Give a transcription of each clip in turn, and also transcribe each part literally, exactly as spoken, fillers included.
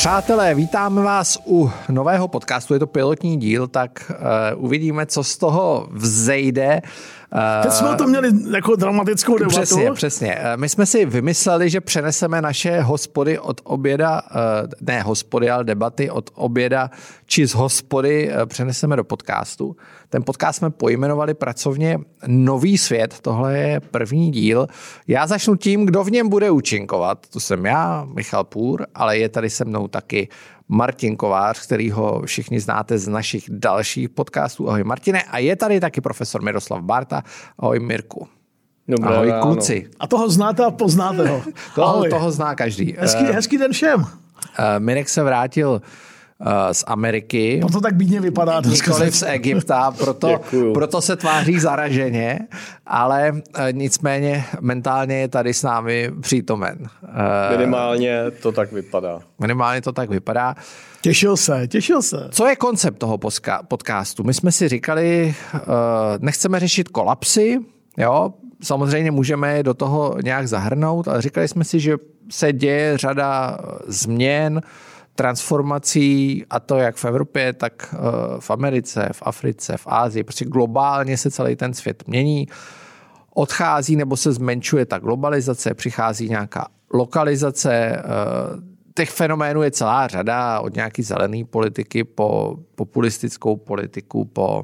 Přátelé, vítáme vás u nového podcastu, je to pilotní díl, tak uh, uvidíme, co z toho vzejde. Uh, Teď jsme to měli jako dramatickou debatu. Přesně, přesně. My jsme si vymysleli, že přeneseme naše hospody od oběda, uh, ne hospody, ale debaty od oběda či z hospody uh, přeneseme do podcastu. Ten podcast jsme pojmenovali pracovně Nový svět, tohle je první díl. Já začnu tím, kdo v něm bude účinkovat. To jsem já, Michal Půr, ale je tady se mnou taky Martin Kovář, kterýho všichni znáte z našich dalších podcastů. Ahoj Martine. A je tady taky profesor Miroslav Bárta. Ahoj Mirku. Dobré, ahoj kluci. A toho znáte a poznáte ho. toho, toho zná každý. Hezký, hezký den všem. Mirek se vrátil z Ameriky. Proto tak bídně vypadá. Nikoliv z Egypta, proto, proto se tváří zaraženě, ale nicméně mentálně je tady s námi přítomen. Minimálně to tak vypadá. Minimálně to tak vypadá. Těšil se, těšil se. Co je koncept toho podcastu? My jsme si říkali, nechceme řešit kolapsy, jo, samozřejmě můžeme je do toho nějak zahrnout, ale říkali jsme si, že se děje řada změn, transformací, a to jak v Evropě, tak v Americe, v Africe, v Asii. Prostě globálně se celý ten svět mění. Odchází nebo se zmenšuje ta globalizace, přichází nějaká lokalizace. Těch fenoménů je celá řada, od nějaký zelený politiky po populistickou politiku, po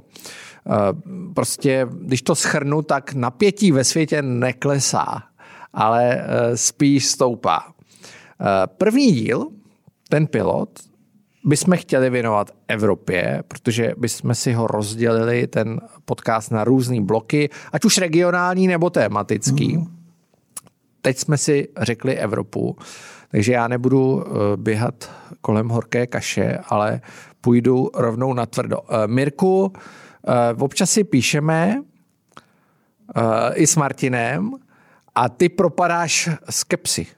prostě, když to shrnu, tak napětí ve světě neklesá, ale spíš stoupá. První díl, ten pilot, bychom chtěli věnovat Evropě, protože bychom si ho rozdělili, ten podcast, na různý bloky, ať už regionální nebo tematický. Mm. Teď jsme si řekli Evropu, takže já nebudu běhat kolem horké kaše, ale půjdu rovnou na tvrdo. Mirku, občas si píšeme i s Martinem a ty propadáš skepsi.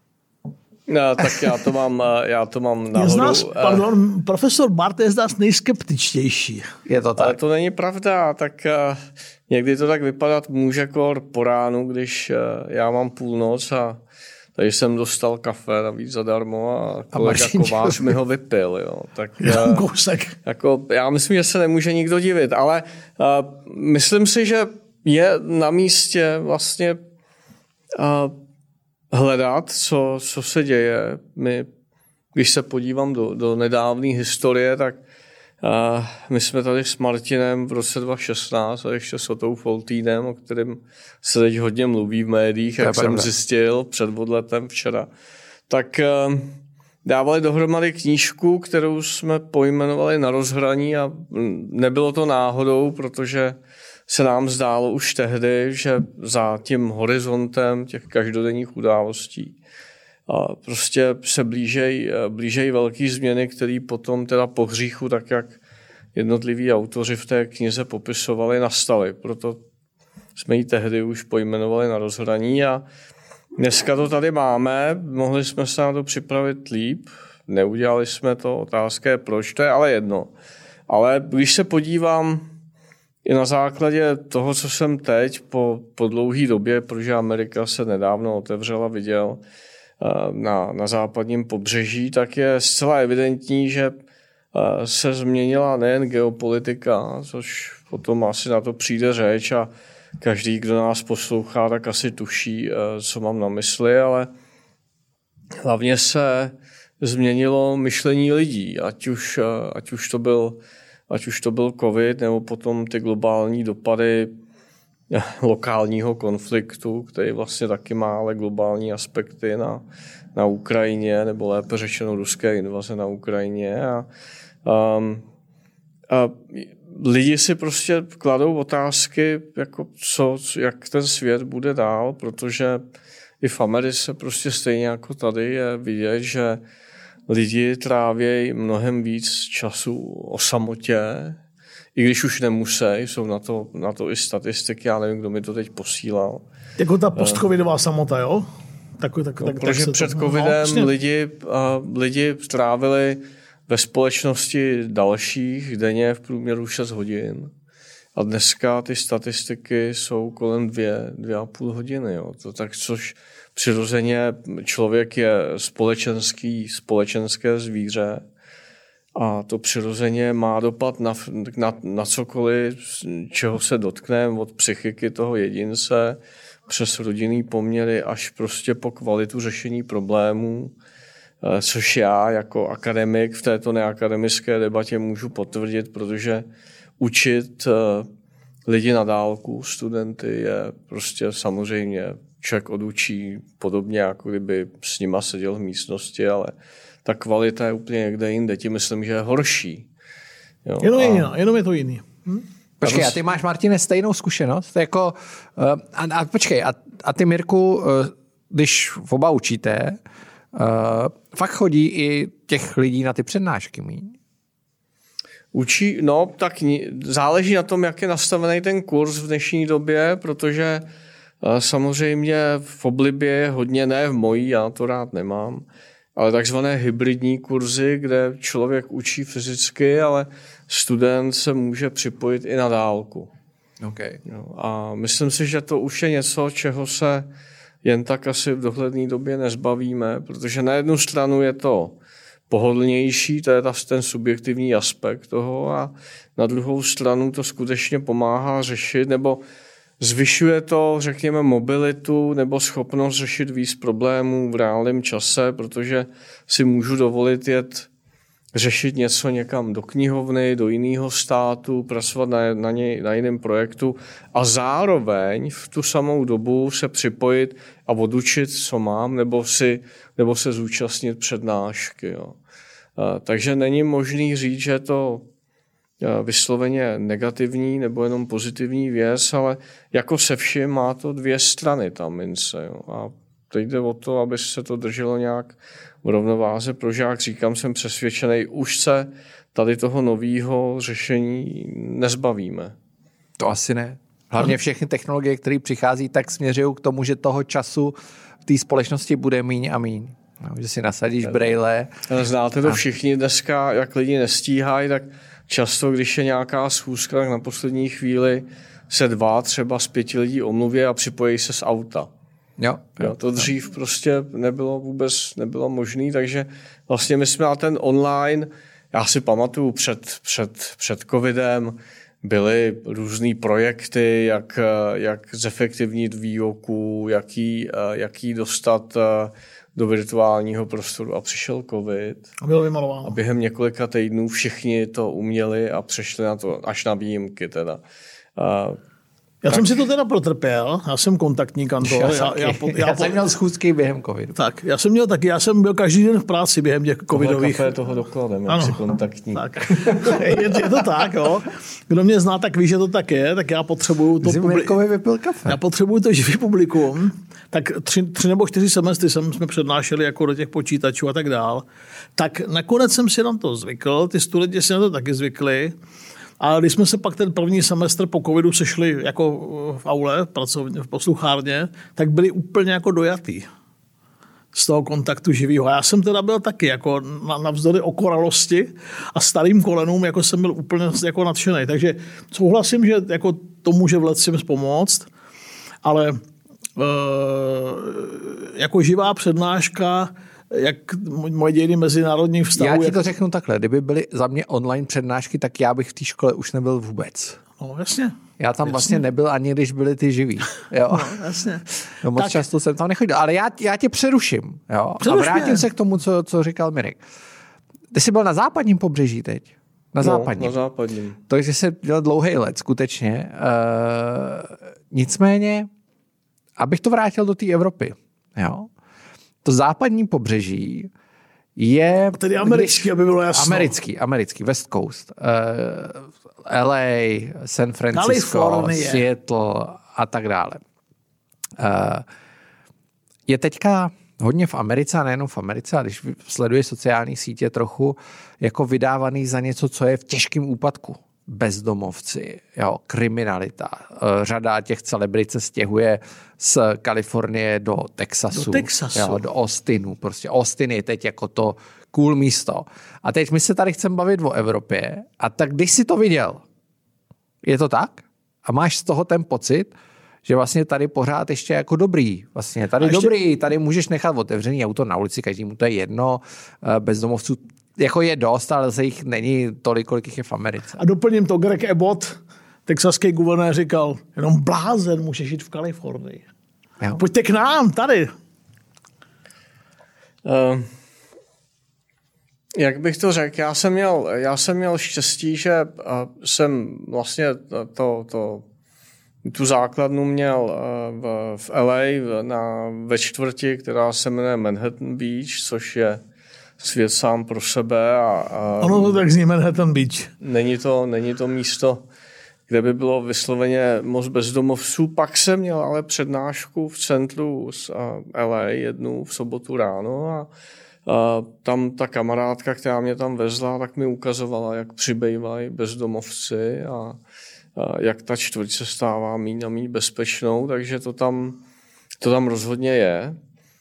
No, tak já to mám, já to mám nahoru. Je z nás, pardon, profesor Bárta je z nás nejskeptičtější. Je to tak. Ale to není pravda, tak uh, někdy to tak vypadat může kor po ránu, když uh, já mám půlnoc a tady jsem dostal kafe navíc zadarmo a kolega a Kovář mi ho vypil. Jo. Tak, uh, kousek. Jako, já myslím, že se nemůže nikdo divit, ale uh, myslím si, že je na místě vlastně uh, hledat, co, co se děje. My, když se podívám do, do nedávné historie, tak uh, my jsme tady s Martinem v roce dva tisíce šestnáct a ještě s Otou Foltýnem, o kterém se teď hodně mluví v médiích, jak jsem zjistil před odletem včera, tak uh, dávali dohromady knížku, kterou jsme pojmenovali Na rozhraní a nebylo to náhodou, protože se nám zdálo už tehdy, že za tím horizontem těch každodenních událostí a prostě se blížejí blížej velký změny, které potom teda po hříchu, tak jak jednotliví autoři v té knize popisovali, nastaly. Proto jsme ji tehdy už pojmenovali Na rozhraní a dneska to tady máme, mohli jsme se na to připravit líp, neudělali jsme to, otázka je proč, to je ale jedno. Ale když se podívám i na základě toho, co jsem teď po, po dlouhé době, protože Amerika se nedávno otevřela, viděl na, na západním pobřeží, tak je zcela evidentní, že se změnila nejen geopolitika, což potom asi na to přijde řeč a každý, kdo nás poslouchá, tak asi tuší, co mám na mysli, ale hlavně se změnilo myšlení lidí, ať už, ať už to byl ať už to byl covid, nebo potom ty globální dopady lokálního konfliktu, který vlastně taky má ale globální aspekty na, na Ukrajině, nebo lépe řečeno ruské invaze na Ukrajině. A, um, a lidi si prostě kladou otázky, jako co, jak ten svět bude dál, protože i v Americe prostě stejně jako tady je vidět, že lidi trávějí mnohem víc času o samotě, i když už nemusí, jsou na to, na to i statistiky, já nevím, kdo mi to teď posílal. Jako ta postcovidová samota, jo? Tak, tak, no, tak, protože tak před to, covidem no, lidi, uh, lidi trávili ve společnosti dalších denně v průměru šest hodin. A dneska ty statistiky jsou kolem dvě, dvě a půl hodiny. Jo. To tak, což přirozeně člověk je společenský, společenské zvíře a to přirozeně má dopad na, na, na cokoliv, čeho se dotkneme, od psychiky toho jedince přes rodinný poměry až prostě po kvalitu řešení problémů, což já jako akademik v této neakademické debatě můžu potvrdit, protože učit lidi na dálku, studenty, je prostě samozřejmě člověk odučí podobně, jako kdyby s nima seděl v místnosti, ale ta kvalita je úplně někde jinde. Tím myslím, že je horší. Jo, jenom, a... jiný, jenom je to jiný. Hm? Počkej, a ty máš, Martine, stejnou zkušenost? Jako, a, a počkej, a, a ty, Mirku, když oba učíte, fakt chodí i těch lidí na ty přednášky míň? Učí, no, tak záleží na tom, jak je nastavený ten kurz v dnešní době, protože samozřejmě v oblibě je hodně, ne v mojí, já to rád nemám, ale takzvané hybridní kurzy, kde člověk učí fyzicky, ale student se může připojit i na dálku. Okay. No, a myslím si, že to už je něco, čeho se jen tak asi v dohledné době nezbavíme, protože na jednu stranu je to pohodlnější, to je ten subjektivní aspekt toho, a na druhou stranu to skutečně pomáhá řešit, nebo zvyšuje to, řekněme, mobilitu nebo schopnost řešit víc problémů v reálném čase, protože si můžu dovolit jet řešit něco někam do knihovny, do jiného státu, pracovat na, na, něj, na jiném projektu a zároveň v tu samou dobu se připojit a odučit, co mám, nebo, si, nebo se zúčastnit přednášky. Jo. A, takže není možný říct, že je to vysloveně negativní nebo jenom pozitivní věc, ale jako se vším má to dvě strany ta mince. Jo. A teď jde o to, aby se to drželo nějak v rovnováze. Pro žák, říkám, jsem přesvědčený, už se tady toho nového řešení nezbavíme. To asi ne. Hlavně všechny technologie, které přichází, tak směřují k tomu, že toho času v té společnosti bude míň a míň. No, že si nasadíš brejle. Ale znáte to a... všichni dneska, jak lidi nestíhají, tak často, když je nějaká schůzka, tak na poslední chvíli se dva třeba z pěti lidí omluví a připojí se z auta. Jo, jo, jo, to dřív jo. prostě nebylo vůbec nebylo možné, takže vlastně my jsme na ten online, já si pamatuju před, před, před covidem, byly různý projekty, jak, jak zefektivnit výuku, jaký, jaký dostat do virtuálního prostoru, a přišel covid. A bylo vymalováno. A během několika týdnů všichni to uměli a přešli na to, až na výjimky teda. A Já tak. jsem si to teda protrpěl, já jsem kontaktní kantor. Já, já, já, já, já, já jsem měl schůzky během covidu. Tak, já jsem měl taky, já jsem byl každý den v práci během těch covidových. Tohle toho dokladem, jak si kontaktní. Tak. je, je to tak, jo. Kdo mě zná, tak ví, že to tak je, tak já potřebuju to publikum. vypil kafe. Já potřebuju to živý publikum. Tak tři, tři nebo čtyři semestry jsem, jsme přednášeli jako do těch počítačů a tak dál. Tak nakonec jsem si na to zvykl, ty studenti si na to taky zvykli. A když jsme se pak ten první semestr po covidu sešli jako v aule, v posluchárně, tak byli úplně jako dojatý z toho kontaktu živýho. A já jsem teda byl taky jako navzdory okoralosti a starým kolenům, jako jsem byl úplně jako nadšený. Takže souhlasím, že jako to může v lecčem pomoct, ale e, jako živá přednáška, jak moje dějiny mezinárodních vztahů. Já ti to jak... řeknu takhle, kdyby byly za mě online přednášky, tak já bych v té škole už nebyl vůbec. No, jasně. Já tam jasně. vlastně nebyl, ani když byly ty živí. Jo. No, jasně. No, moc tak... často jsem tam nechodil, ale já, já tě přeruším. Jo. A vrátím se k tomu, co, co říkal Mirek. Ty jsi byl na západním pobřeží teď? Na západním. No, na západním. Takže jsi dělal dlouhý let, skutečně. E, nicméně, abych to vrátil do té Evropy, jo. To západní pobřeží je... Tedy americký, aby bylo jasno. Americký, americký, West Coast. Uh, L A, San Francisco, Kalifornie. Seattle a tak dále. Uh, je teďka hodně v Americe, a nejenom v Americe, a když sleduje sociální sítě trochu, jako vydávaný za něco, co je v těžkém úpadku. Bezdomovci, jo, kriminalita. Řada těch celebrit se stěhuje z Kalifornie do Texasu. Do Texasu. Jo, do Austinu. Prostě Austin je teď jako to cool místo. A teď my se tady chceme bavit o Evropě. A tak když jsi to viděl, je to tak? a máš z toho ten pocit, že vlastně tady pořád ještě jako dobrý. Vlastně tady ještě... dobrý, tady můžeš nechat otevřený auto na ulici, každému to je jedno, bezdomovců jako je dost, ale zase jich není tolik, kolik jich je v Americe. A doplním to, Greg Abbott, texaský guvernér, říkal, jenom blázen může žít v Kalifornii. Jo. Pojďte k nám, tady. Uh, jak bych to řekl, já jsem měl, já jsem měl štěstí, že uh, jsem vlastně to, to, tu základnu měl uh, v, v L A v, na, ve čtvrti, která se jmenuje Manhattan Beach, což je svět sám pro sebe. A, a ono to tak zní Manhattan Beach. Není to, není to místo, kde by bylo vysloveně moc bezdomovců. Pak jsem měl ale přednášku v centru z L A jednu v sobotu ráno a, a tam ta kamarádka, která mě tam vezla, tak mi ukazovala, jak přibývají bezdomovci a, a jak ta čtvrť se stává míň a míň bezpečnou, takže to tam, to tam rozhodně je.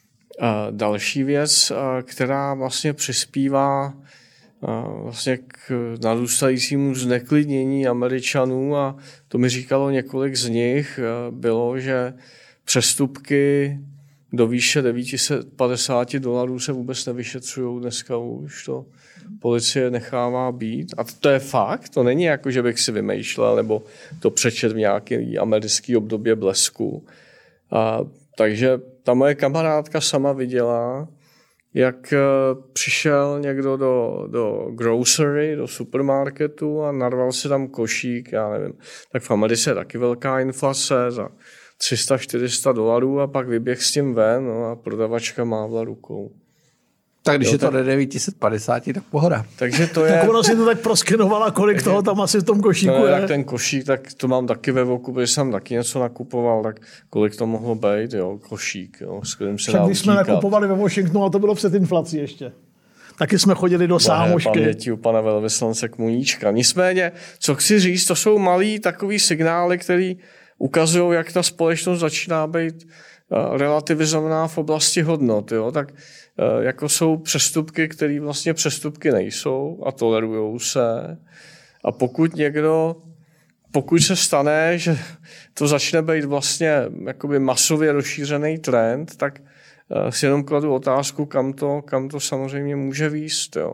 A další věc, která vlastně přispívá vlastně k narůstajícímu zneklidnění Američanů, a to mi říkalo několik z nich, bylo, že přestupky do výše devět set padesát dolarů se vůbec nevyšetřují dneska už, to policie nechává být. A to je fakt, to není jako, že bych si vymýšlel, nebo to přečet v nějaké americké obdobě blesku. A, takže ta moje kamarádka sama viděla, jak přišel někdo do, do grocery, do supermarketu a narval si tam košík, já nevím. Tak v Americe je taky velká inflace za tři sta čtyři sta dolarů a pak vyběh s tím ven, no, a prodavačka mávla rukou. Tak když jo, je to do devět set padesát, tak pohoda. Takže to je... Tak ona si to tak proskenovala, kolik takže, toho tam asi v tom košíku no, je. Tak ten košík, tak to mám taky ve voku, protože jsem taky něco nakupoval, tak kolik to mohlo být, jo, košík, jo, s kterým se dá když jsme nakupovali ve Washingtonu, a to bylo před inflací ještě. Taky jsme chodili do sámošky. Paměti u pana velvyslance Kmuníčka. Nicméně, co chci říct, to jsou malý takový signály, který ukazují, jak ta společnost začíná být relativizovaná v oblasti hodnot. Jo? Tak jako jsou přestupky, které vlastně přestupky nejsou a tolerujou se. A pokud někdo, pokud se stane, že to začne být vlastně jakoby masově rozšířený trend, tak si jenom kladu otázku, kam to, kam to samozřejmě může vést. Jo?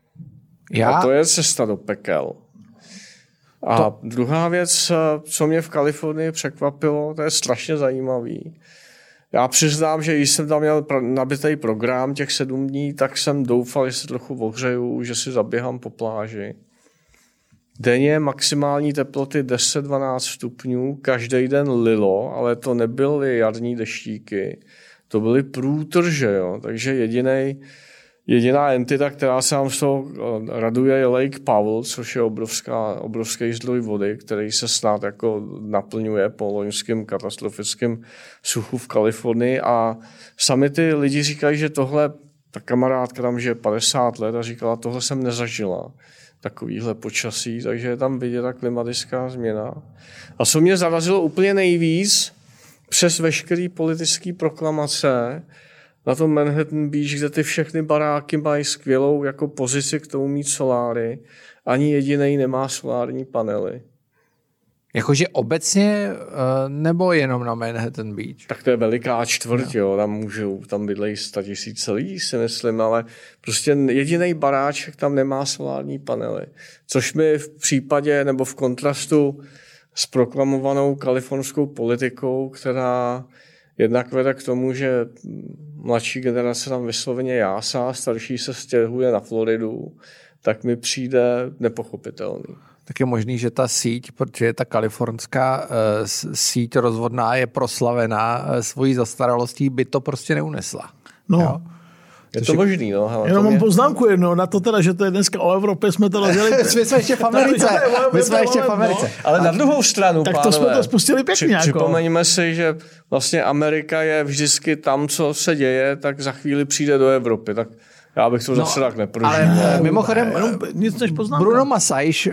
Já? A to je cesta do pekel. A to... druhá věc, co mě v Kalifornii překvapilo, to je strašně zajímavý. Já přiznám, že když jsem tam měl nabitý program těch sedm dní, tak jsem doufal, že se trochu ohřeju, že si zaběhám po pláži. Denně maximální teploty deset dvanáct stupňů, každý den lilo, ale to nebyly jarní deštíky, to byly průtrže, jo. Takže jedinej, jediná entita, která se nám z toho raduje, je Lake Powell, což je obrovská, obrovský zdroj vody, který se snad jako naplňuje po loňském katastrofickém suchu v Kalifornii. A sami ty lidi říkají, že tohle, ta kamarádka tam žije padesát let a říkala, tohle jsem nezažila, takovýhle počasí, takže je tam vidět ta klimatická změna. A co mě zarazilo úplně nejvíc, přes veškeré politické proklamace, na tom Manhattan Beach, kde ty všechny baráky mají skvělou jako pozici k tomu mít soláry, ani jedinej nemá solární panely. Jakože obecně nebo jenom na Manhattan Beach? Tak to je veliká čtvrť, no. Jo, tam můžou, tam bydlejí sta tisíce lidí, si myslím, ale prostě jedinej baráček tam nemá solární panely. Což mi v případě, nebo v kontrastu s proklamovanou kalifornskou politikou, která jednak vede k tomu, že mladší generace tam vysloveně jásá, starší se stěhuje na Floridu, tak mi přijde nepochopitelný. Tak je možný, že ta síť, protože ta kalifornská uh, síť rozvodná je proslavená uh, svojí zastaralostí, by to prostě neunesla. No. Jo? Je to možný, no. Hele, jenom mám mě... poznámku jedno, na to teda, že to je dneska o Evropě, jsme to rozdělili. My jsme ještě v Americe. My jsme ještě v Americe. Ale na druhou stranu, tak pánové, to jsme to spustili pěkně. Při, jako. Připomeňme si, že vlastně Amerika je vždycky tam, co se děje, tak za chvíli přijde do Evropy. Tak já bych to no, zase tak neprožil. Ale mimochodem, jenom nic než poznámka. Bruno Massage,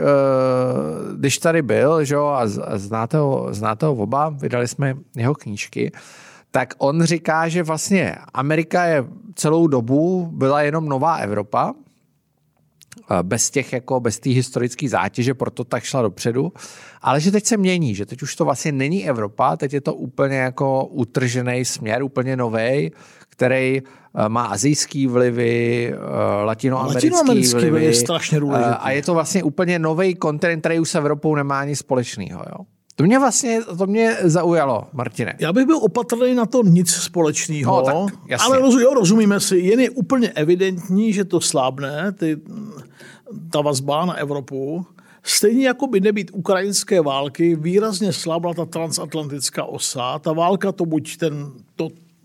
když tady byl, že, a znáte ho, znáte ho oba, vydali jsme jeho knížky, tak on říká, že vlastně Amerika je celou dobu byla jenom nová Evropa bez těch jako, bez té historické zátěže, proto tak šla dopředu, ale že teď se mění, že teď už to vlastně není Evropa, teď je to úplně jako utržený směr, úplně novej, který má asijský vlivy, latinoamerický vlivy. Je strašně důležitý. A je to vlastně úplně nový kontinent, který už s Evropou nemá nic společného. Jo? To mě vlastně to mě zaujalo, Martine. Já bych byl opatrný na to nic společného, no, tak, ale roz, jo, rozumíme si, jen je úplně evidentní, že to slábne, ty, ta vazba na Evropu. Stejně jako by nebýt ukrajinské války, výrazně slábla ta transatlantická osa. Ta válka to buď ten, to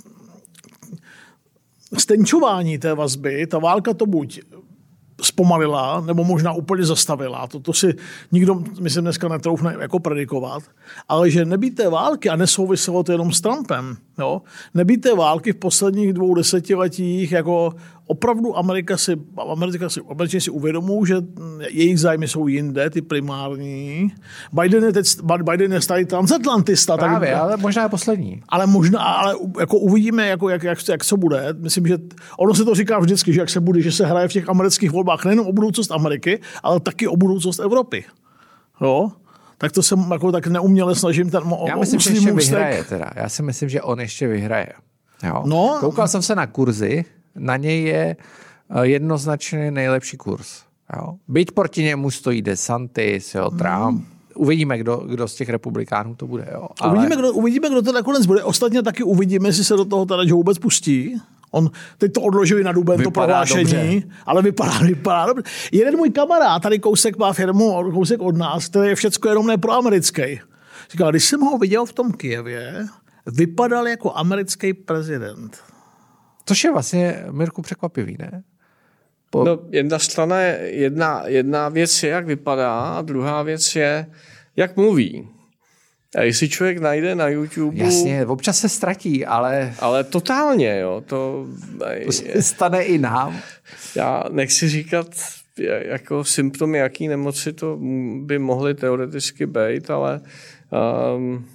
stenčování té vazby, ta válka to buď zpomalila, nebo možná úplně zastavila. To, to si nikdo, myslím, dneska netroufne jako predikovat. Ale že nebýt té války, a nesouviselo to jenom s Trumpem, jo? Nebýt té války v posledních dvou desetiletích, jako opravdu Amerika si, Amerika si, Američané si uvědomují, že jejich zájmy jsou jinde, ty primární. Biden je teď, Biden je starý transatlantista. Právě, tak, ale možná je poslední. Ale možná, ale jako uvidíme, jako jak, jak, jak co bude. Myslím, že ono se to říká vždycky, že jak se bude, že se hraje v těch amerických volbách nejen o budoucnost Ameriky, ale taky o budoucnost Evropy. Jo? Tak to se jako tak neuměle snažím ten o, Já myslím, že ještě vyhraje teda. Já si myslím, že on ještě vyhraje. Jo? No. Koukal jsem se na kurzy, na něj je jednoznačně nejlepší kurz. Jo? Byť proti němu stojí DeSantis, jo, Trump. Hmm. Uvidíme, kdo, kdo z těch republikánů to bude. Jo? Ale... Uvidíme, kdo, uvidíme, kdo to nakonec bude. Ostatně taky uvidíme, jestli se do toho teda Joe vůbec pustí. On teď to odložili na duben, vypadá to prohlášení, dobře. Ale vypadá, vypadá dobře. Jeden můj kamarád, tady kousek má firmu, kousek od nás, který je všecko jenom ne proamerický. Říkal, když jsem ho viděl v tom Kyjevě, vypadal jako americký prezident. Což je vlastně, Mirku, překvapivý, ne? Po... No, jedna strana je, jedna, jedna věc je, jak vypadá, a druhá věc je, jak mluví. A jestli člověk najde na YouTube... Jasně, občas se ztratí, ale... Ale totálně, jo. To, to se stane i nám. Já nechci říkat jako symptomy, jaký nemoci to by mohly teoreticky být, ale... Um...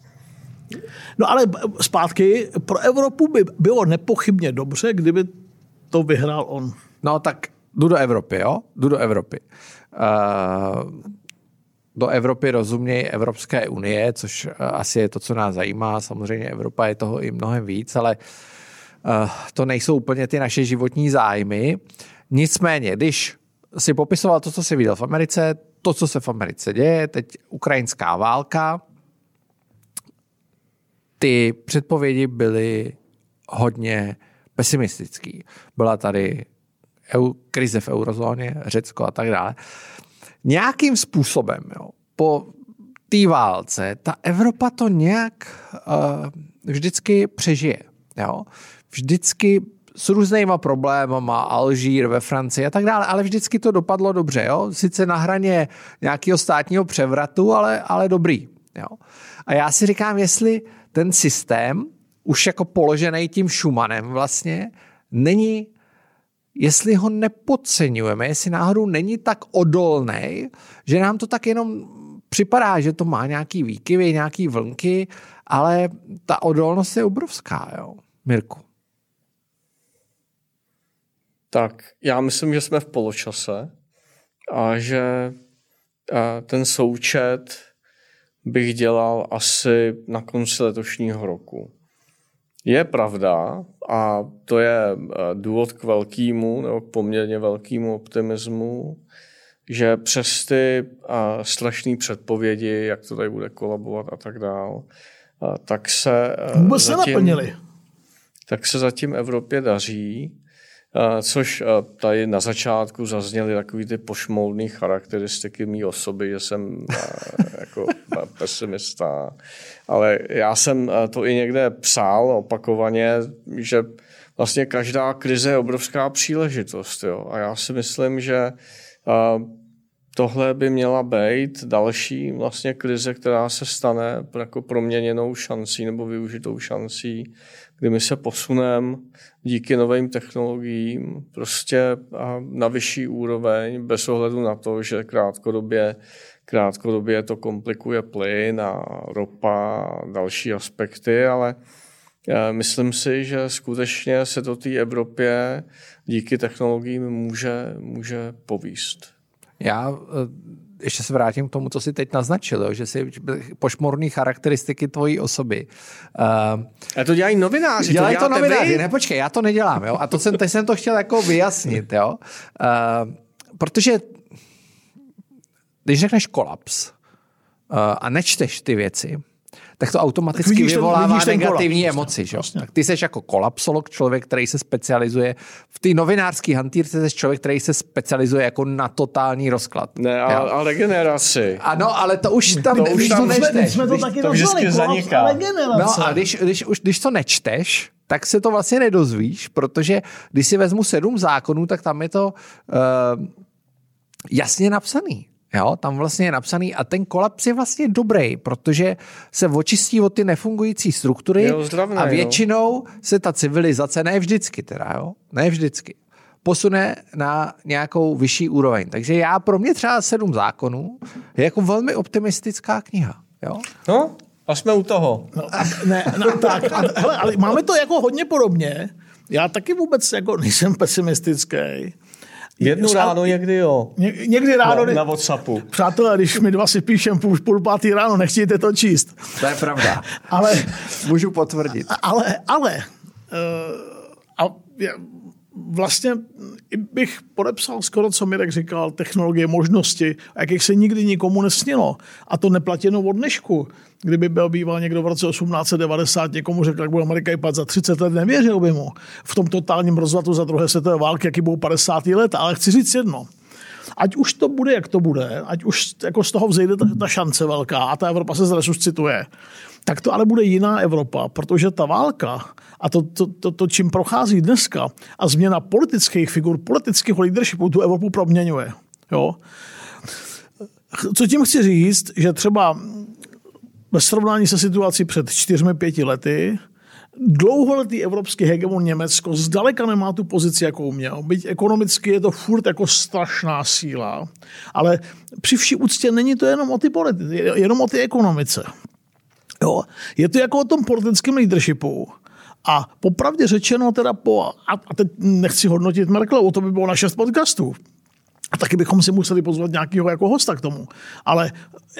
No ale zpátky, pro Evropu by bylo nepochybně dobře, kdyby to vyhrál on. No tak jdu do Evropy, jo? Jdu do Evropy. Uh... Do Evropy rozumějí Evropské unie, což asi je to, co nás zajímá. Samozřejmě Evropa je toho i mnohem víc, ale to nejsou úplně ty naše životní zájmy. Nicméně, když si popisoval to, co si viděl v Americe, to, co se v Americe děje, teď ukrajinská válka, ty předpovědi byly hodně pesimistický. Byla tady eu, krize v eurozóně, Řecko a tak dále. Nějakým způsobem, jo, po té válce, ta Evropa to nějak uh, vždycky přežije. Jo? Vždycky s různýma problémama, Alžír ve Francii a tak dále, ale vždycky to dopadlo dobře. Jo? Sice na hraně nějakého státního převratu, ale, ale dobrý. Jo? A já si říkám, jestli ten systém, už jako položený tím Schumannem vlastně, není, jestli ho nepodceňujeme, jestli náhodou není tak odolný, že nám to tak jenom připadá, že to má nějaký výkyvy, nějaký vlnky, ale ta odolnost je obrovská, jo, Mirku. Tak, já myslím, že jsme v poločase a že ten součet bych dělal asi na konci letošního roku. Je pravda, a to je důvod k velkému nebo k poměrně velkému optimismu, že přes ty strašné předpovědi, jak to tady bude kolabovat a tak dál, tak se vůbec se naplnili. Tak se zatím Evropě daří, což tady na začátku zazněly takový ty pošmoudný charakteristiky mý osoby, že jsem jako pesimista. Ale já jsem to i někde psal opakovaně, že vlastně každá krize je obrovská příležitost. Jo? A já si myslím, že tohle by měla být další vlastně krize, která se stane jako proměněnou šancí nebo využitou šancí, kdy my se posuneme díky novým technologiím prostě na vyšší úroveň, bez ohledu na to, že krátkodobě, krátkodobě to komplikuje plyn a ropa a další aspekty, ale myslím si, že skutečně se to té Evropě díky technologiím může, může povést. Já ještě se vrátím k tomu, co jsi teď naznačil, jo, že si pošmorný charakteristiky tvojí osoby. Uh, a to dělají novináři. Dělají to, to novináři, vy? ne, počkej, já to nedělám. Jo? A to jsem, teď jsem to chtěl jako vyjasnit. Jo? Uh, protože když řekneš kolaps uh, a nečteš ty věci, tak to automaticky tak vyvolává ten, negativní kolaps, emoci. Že? Vlastně. Tak ty jsi jako kolapsolog, člověk, který se specializuje v té novinářské hantýrce, jsi člověk, který se specializuje jako na totální rozklad. Ne, ale, ale regeneraci. Ano, ale to už tam, to ne, už to nečteš. Jsme to když, taky to nazvali, kolaps a regenerace. No a když, když, už, když to nečteš, tak se to vlastně nedozvíš, protože když si vezmu sedm zákonů, tak tam je to uh, jasně napsaný. Jo, tam vlastně je napsaný a ten kolaps je vlastně dobrý, protože se očistí od ty nefungující struktury jo, zdravné, a většinou jo. se ta civilizace, ne vždycky teda, jo, ne vždycky, posune na nějakou vyšší úroveň. Takže já pro mě třeba sedm zákonů je jako velmi optimistická kniha. Jo? No, a jsme u toho. No, a, ne, no, tak, a, hele, ale máme to jako hodně podobně. Já taky vůbec jako nejsem pesimistický. Jednu ráno někdy jo. Ně, někdy ráno. Na, na WhatsAppu. Přátelé, když my dva si píšem půl, půl pátý ráno, nechtějte to číst. To je pravda. Ale, můžu potvrdit. Ale, ale uh, a vlastně bych podepsal skoro, co Mirek říkal, technologie, možnosti, jakých se nikdy nikomu nesnilo. A to neplatí jenom od dnešku. Kdyby byl býval někdo v roce osmnáct set devadesát, někomu řekl, jak bude Amerika vypadat za třicet let, nevěřil by mu. V tom totálním rozvratu za druhé světové války, jaký budou padesát let. Ale chci říct jedno. Ať už to bude, jak to bude, ať už jako z toho vzejde ta, ta šance velká a ta Evropa se zresuscituje, tak to ale bude jiná Evropa, protože ta válka a to, to, to, to čím prochází dneska a změna politických figur, politických leadershipů tu Evropu proměňuje. Jo? Co tím chci říct, že třeba ve srovnání se situací před čtyřmi, pěti lety dlouholetý evropský hegemon Německo zdaleka nemá tu pozici, jakou měl. Byť ekonomicky je to furt jako strašná síla, ale při vší úctě není to jenom o ty politice, jenom o ty ekonomice. Jo. Je to jako o tom politickém leadershipu. A popravdě řečeno teda po, a teď nechci hodnotit Merkelovou, to by bylo na šest podcastů. A taky bychom si museli pozvat nějakého jako hosta k tomu. Ale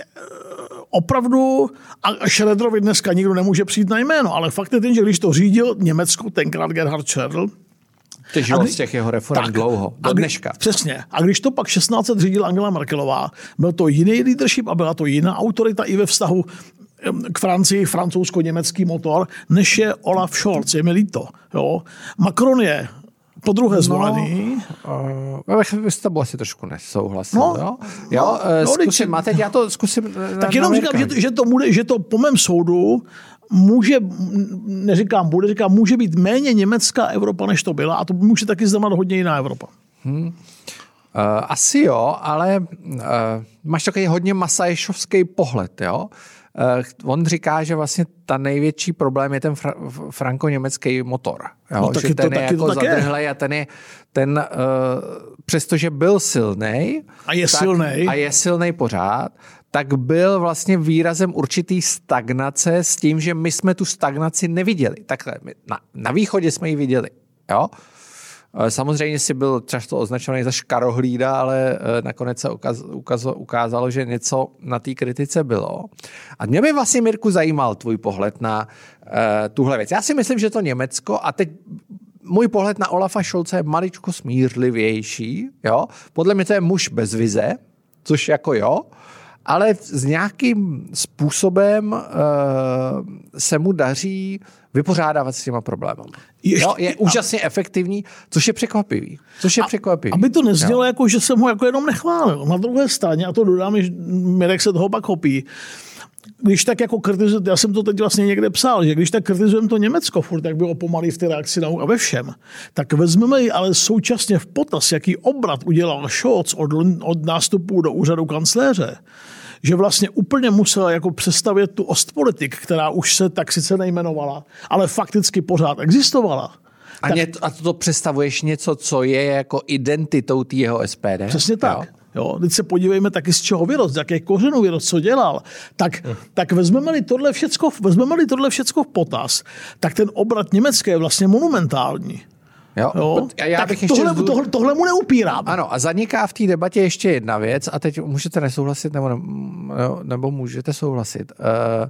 opravdu, a Schröderovi dneska nikdo nemůže přijít na jméno, ale fakt je ten, že když to řídil Německo, tenkrát Gerhard Schröder, Těžil z těch jeho reform tak, dlouho, do dneška. Přesně. A když to pak šestnáct let řídila Angela Merkelová, byl to jiný leadership a byla to jiná autorita i ve vztahu k Francii, francouzsko-německý motor, než je Olaf Scholz. Je mi líto. Jo. Macron je po druhé zvolený. No, uh, vy s tebou asi trošku nesouhlasil. No, jo, jo no, zkusím, no, a teď já to zkusím. Tak jenom říkám, že, že, to bude, že to po mém soudu může, neříkám bude, říkám, může být méně německá Evropa, než to byla, a to může taky znamenat hodně jiná Evropa. Hmm. Uh, asi jo, ale uh, máš takový hodně masaješovský pohled, jo? Uh, on říká, že vlastně ta největší problém je ten fra- franko-německý motor. Jo? No, že ten to, je jako zadrhlej a ten je, ten, uh, přestože byl silnej a je silnej a je silnej pořád, tak byl vlastně výrazem určitý stagnace s tím, že my jsme tu stagnaci neviděli. Takhle, na, na východě jsme ji viděli. Jo? Samozřejmě si byl často označovaný za škarohlída, ale nakonec se ukaz, ukaz, ukázalo, že něco na té kritice bylo. A mě by vlastně, Mirku, zajímal tvůj pohled na uh, tuhle věc. Já si myslím, že to Německo, a teď můj pohled na Olafa Scholze je maličko smířlivější. Jo? Podle mě to je muž bez vize, což jako jo, ale s nějakým způsobem uh, se mu daří vypořádávat s těma problémy. Jo, je a, úžasně efektivní, což je překvapivý. Což je a, překvapivý. Aby to neznělo jako, že jsem ho jako jenom nechválil. Na druhé straně, a to dodám, že Mirek se toho pak chopí, když tak jako kritizujeme, já jsem to teď vlastně někde psal, že když tak kritizujeme to Německo furt, jak bylo pomalý v té reakci a ve všem, tak vezmeme ji ale současně v potaz, jaký obrat udělal Scholz od, od nástupu do úřadu kancléře, že vlastně úplně musel jako přestavět tu Ostpolitik, která už se tak sice nejmenovala, ale fakticky pořád existovala. A, tak, ně, a to představuješ něco, co je jako identitou tý jeho S P D? Přesně tak. Jo? Jo, teď se podívejme taky, z čeho vyrost, z jakých kořenů vyrost, co dělal. Tak, hmm. tak vezmeme-li tohle všecko, vezmeme-li tohle všecko v potaz, tak ten obrat německý je vlastně monumentální. Jo, jo? A já bych tak tohle, ještě... tohle, tohle mu neupírám. Ano, a zaniká v té debatě ještě jedna věc, a teď můžete nesouhlasit, nebo, ne, nebo můžete souhlasit. Uh,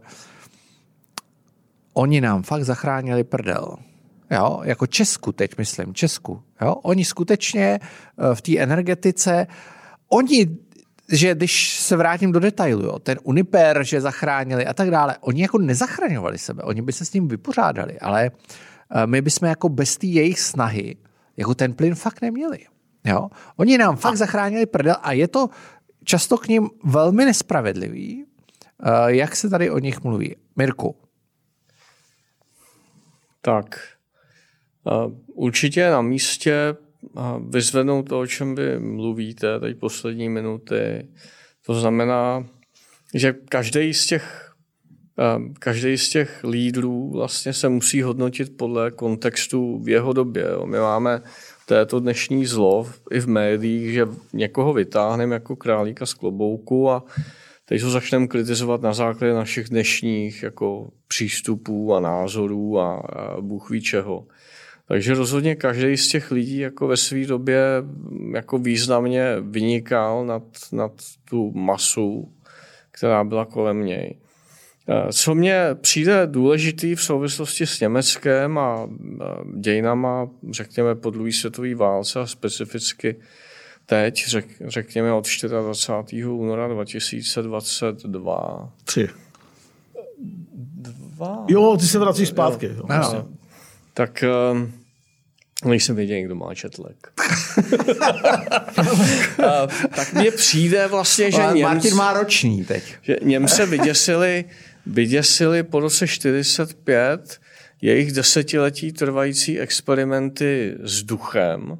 oni nám fakt zachránili prdel. Jo, jako Česku teď myslím, Česku. Jo? Oni skutečně v té energetice, oni, že když se vrátím do detailu, jo, ten Uniper, že zachránili a tak dále, oni jako nezachraňovali sebe, oni by se s tím vypořádali, ale my bychom jako bez té jejich snahy jako ten plyn fakt neměli. Jo? Oni nám fakt zachránili prdel a je to často k ním velmi nespravedlivý, jak se tady o nich mluví. Mirku. Tak, určitě je na místě vyzvednout to, o čem vy mluvíte teď poslední minuty. To znamená, že každý z těch, každý z těch lídrů vlastně se musí hodnotit podle kontextu v jeho době. My máme této dnešní zlo i v médiích, že někoho vytáhneme jako králíka z klobouku a teď ho začneme kritizovat na základě našich dnešních jako přístupů a názorů a, a Bůh ví čeho. Takže rozhodně každý z těch lidí jako ve své době jako významně vynikal nad, nad tu masu, která byla kolem něj. Co mně přijde důležitý v souvislosti s Německem a dějinama, řekněme, po druhé světové válce a specificky teď, řek, řekněme od dvacátého čtvrtého února dva tisíce dvacet dva. Tři. Dva? Jo, ty se vracíš zpátky. Jo. Jo, no. Tak um, nejsem věděl, kdo má četlek. Tak mně přijde vlastně, že Němci, Martin má roční teď. Že Němce vyděsili, vyděsili po roce čtyřicet pět jejich desetiletí trvající experimenty s duchem,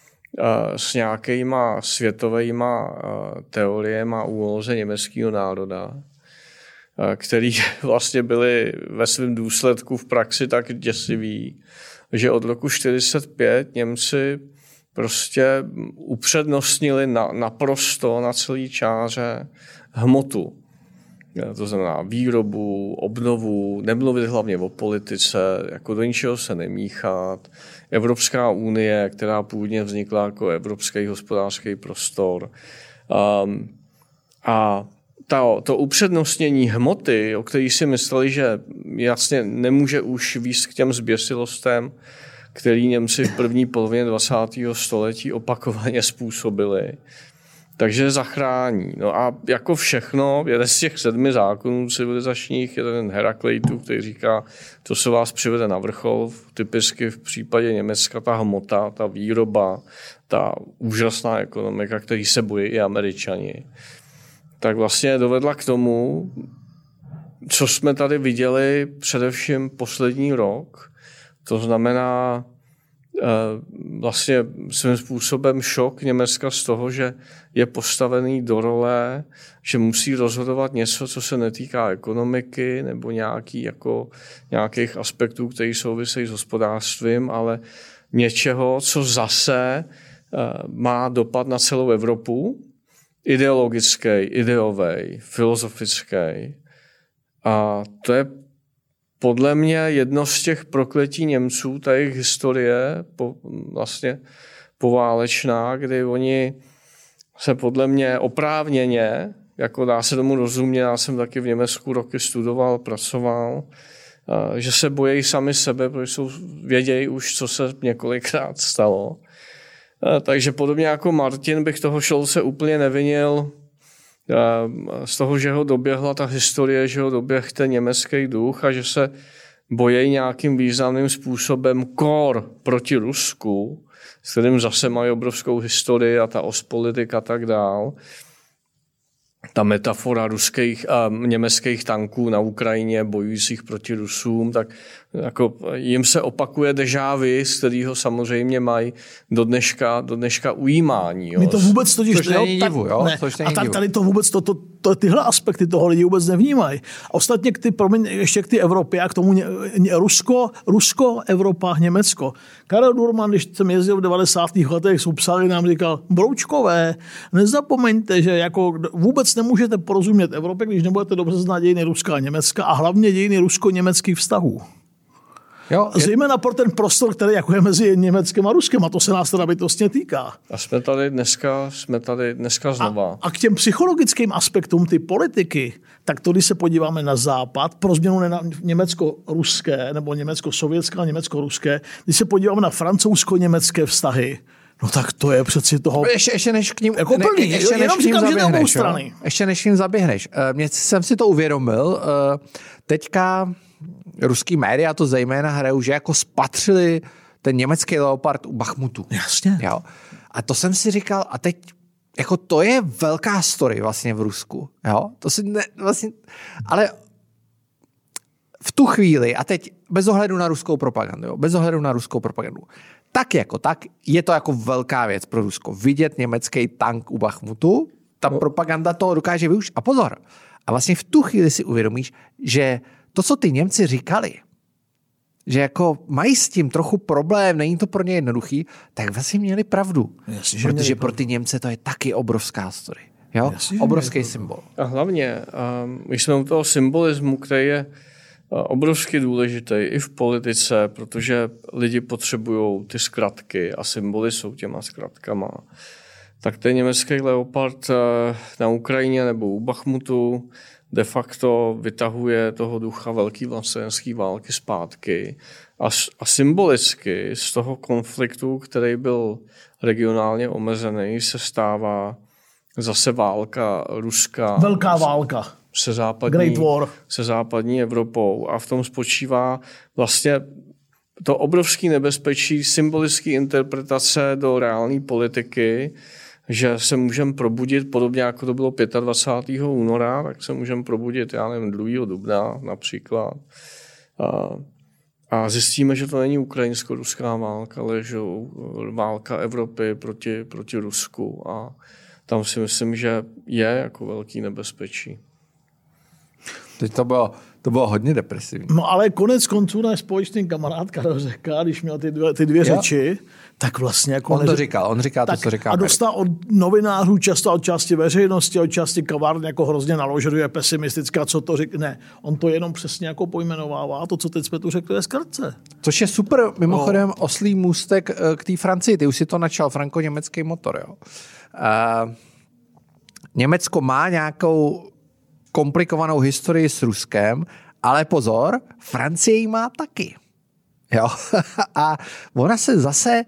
s nějakýma světovejma teoriema o úloze německého národa, který vlastně byly ve svém důsledku v praxi tak děsivý, že od roku čtyřicet pět Němci prostě upřednostnili na, naprosto na celý čáře hmotu. To znamená výrobu, obnovu, nemluvit hlavně o politice, jako do ničeho se nemíchat. Evropská unie, která původně vznikla jako evropský hospodářský prostor. Um, a ta, to upřednostnění hmoty, o který si mysleli, že jasně nemůže už víc k těm zběsilostem, který Němci v první polovině dvacátého století opakovaně způsobili, takže zachrání. No a jako všechno, jeden z těch sedmi zákonů civilizačních je ten Herakleitův, který říká, to se vás přivede na vrchol, typicky v případě Německa ta hmota, ta výroba, ta úžasná ekonomika, který se bojí i Američani, tak vlastně dovedla k tomu, co jsme tady viděli především poslední rok. To znamená vlastně svým způsobem šok Německa z toho, že je postavený do role, že musí rozhodovat něco, co se netýká ekonomiky nebo nějaký, jako, nějakých aspektů, které souvisejí s hospodářstvím, ale něčeho, co zase má dopad na celou Evropu, ideologický, ideový, filozofický. A to je podle mě jedno z těch prokletí Němců, ta jejich historie po, vlastně poválečná, kdy oni se podle mě oprávněně, jako dá se tomu rozumět, já jsem taky v Německu roky studoval, pracoval, že se bojí sami sebe, protože jsou, vědějí už, co se několikrát stalo. Takže podobně jako Martin bych toho Scholze úplně nevinil z toho, že ho doběhla ta historie, že ho doběhl ten německý duch a že se bojí nějakým významným způsobem kor proti Rusku, s kterým zase mají obrovskou historii a ta ostpolitika a tak dál. Ta metafora ruských a německých tanků na Ukrajině bojujících proti Rusům, tak jako jim se opakuje déjà vu, z kterého samozřejmě mají do dneška, do dneška ujímání. Jo. My to vůbec totiž... Což není divu, jo? Ne. Což A tak tady to vůbec, to, to, to, tyhle aspekty toho lidi vůbec nevnímají. A ostatně k ty, promiň, ještě k ty Evropě a k tomu ně, ně, Rusko, Rusko, Evropa, Německo. Karel Durman, když jsem jezdil v devadesátých letech, jsou psali, nám říkal, broučkové, nezapomeňte, že jako vůbec nemůžete porozumět Evropě, když nebudete dobře znát dějiny Ruska a Německa a hlavně dějiny rusko-německých vztahů. Jo, je... Zejména pro ten prostor, který jako je mezi Německem a Ruskem, a to se nás teda bytostně týká. A jsme tady dneska, jsme tady dneska znova. A, a k těm psychologickým aspektům ty politiky, tak to, když se podíváme na západ, pro změnu ne na německo-ruské, nebo německo-sovětské a německo-ruské, když se podíváme na francouzsko-německé vztahy, no tak to je přeci toho... Ještě, ještě než k ním, jako plný, ne, ještě, jenom než říkám, že zaběhneš, strany. ještě než ním zaběhneš. Mě jsem si to uvědomil. Teďka ruský média to zejména hrajou, že jako spatřili ten německý Leopard u Bachmutu. Jasně. Jo. A to jsem si říkal, a teď jako to je velká story vlastně v Rusku. Jo. To si ne, vlastně, ale v tu chvíli, a teď bez ohledu na ruskou propagandu, jo, bez ohledu na ruskou propagandu, tak jako tak je to jako velká věc pro Rusko. Vidět německý tank u Bachmutu, ta no. propaganda toho dokáže využít. A pozor, a vlastně v tu chvíli si uvědomíš, že to, co ty Němci říkali, že jako mají s tím trochu problém, není to pro ně jednoduchý, tak vlastně měli pravdu. Jasně, protože měli pro ty Němce to je taky obrovská story. Jo? Jasně, obrovský symbol. A hlavně, um, když jsme u toho symbolismu, který je uh, obrovsky důležitý i v politice, protože lidi potřebují ty zkratky a symboly jsou těma zkratkama. Tak ten německý Leopard uh, na Ukrajině nebo u Bachmutu de facto vytahuje toho ducha velké vlastenecké války zpátky a, a symbolicky z toho konfliktu, který byl regionálně omezený, se stává zase válka Ruska. Velká válka. Se západní, Great War. Se západní Evropou a v tom spočívá vlastně to obrovské nebezpečí symbolické interpretace do reálné politiky, že se můžeme probudit, podobně jako to bylo dvacátého pátého února, tak se můžeme probudit, já nevím, druhého dubna například. A, a zjistíme, že to není ukrajinsko-ruská válka, ale že válka Evropy proti, proti Rusku. A tam si myslím, že je jako velký nebezpečí. Teď to bylo, to bylo hodně depresivní. No ale konec konců náš společný kamarád Karel Řeka, když měl ty dvě, ty dvě řeči, tak vlastně jako... On to říkal, on říká tak, to, co říká. A dostal od novinářů, často od části veřejnosti, od části kavárny jako hrozně naložil, je pesimistická, co to říká. Ne, on to jenom přesně jako pojmenovává. To, co teď jsme tu řekli, je zkratce. Což je super, mimochodem, no. Oslý můstek k té Francii. Ty už si to načal, franko-německý motor. Jo. Uh, Německo má nějakou komplikovanou historii s Ruskem, ale pozor, Francie ji má taky. Jo? A ona se zase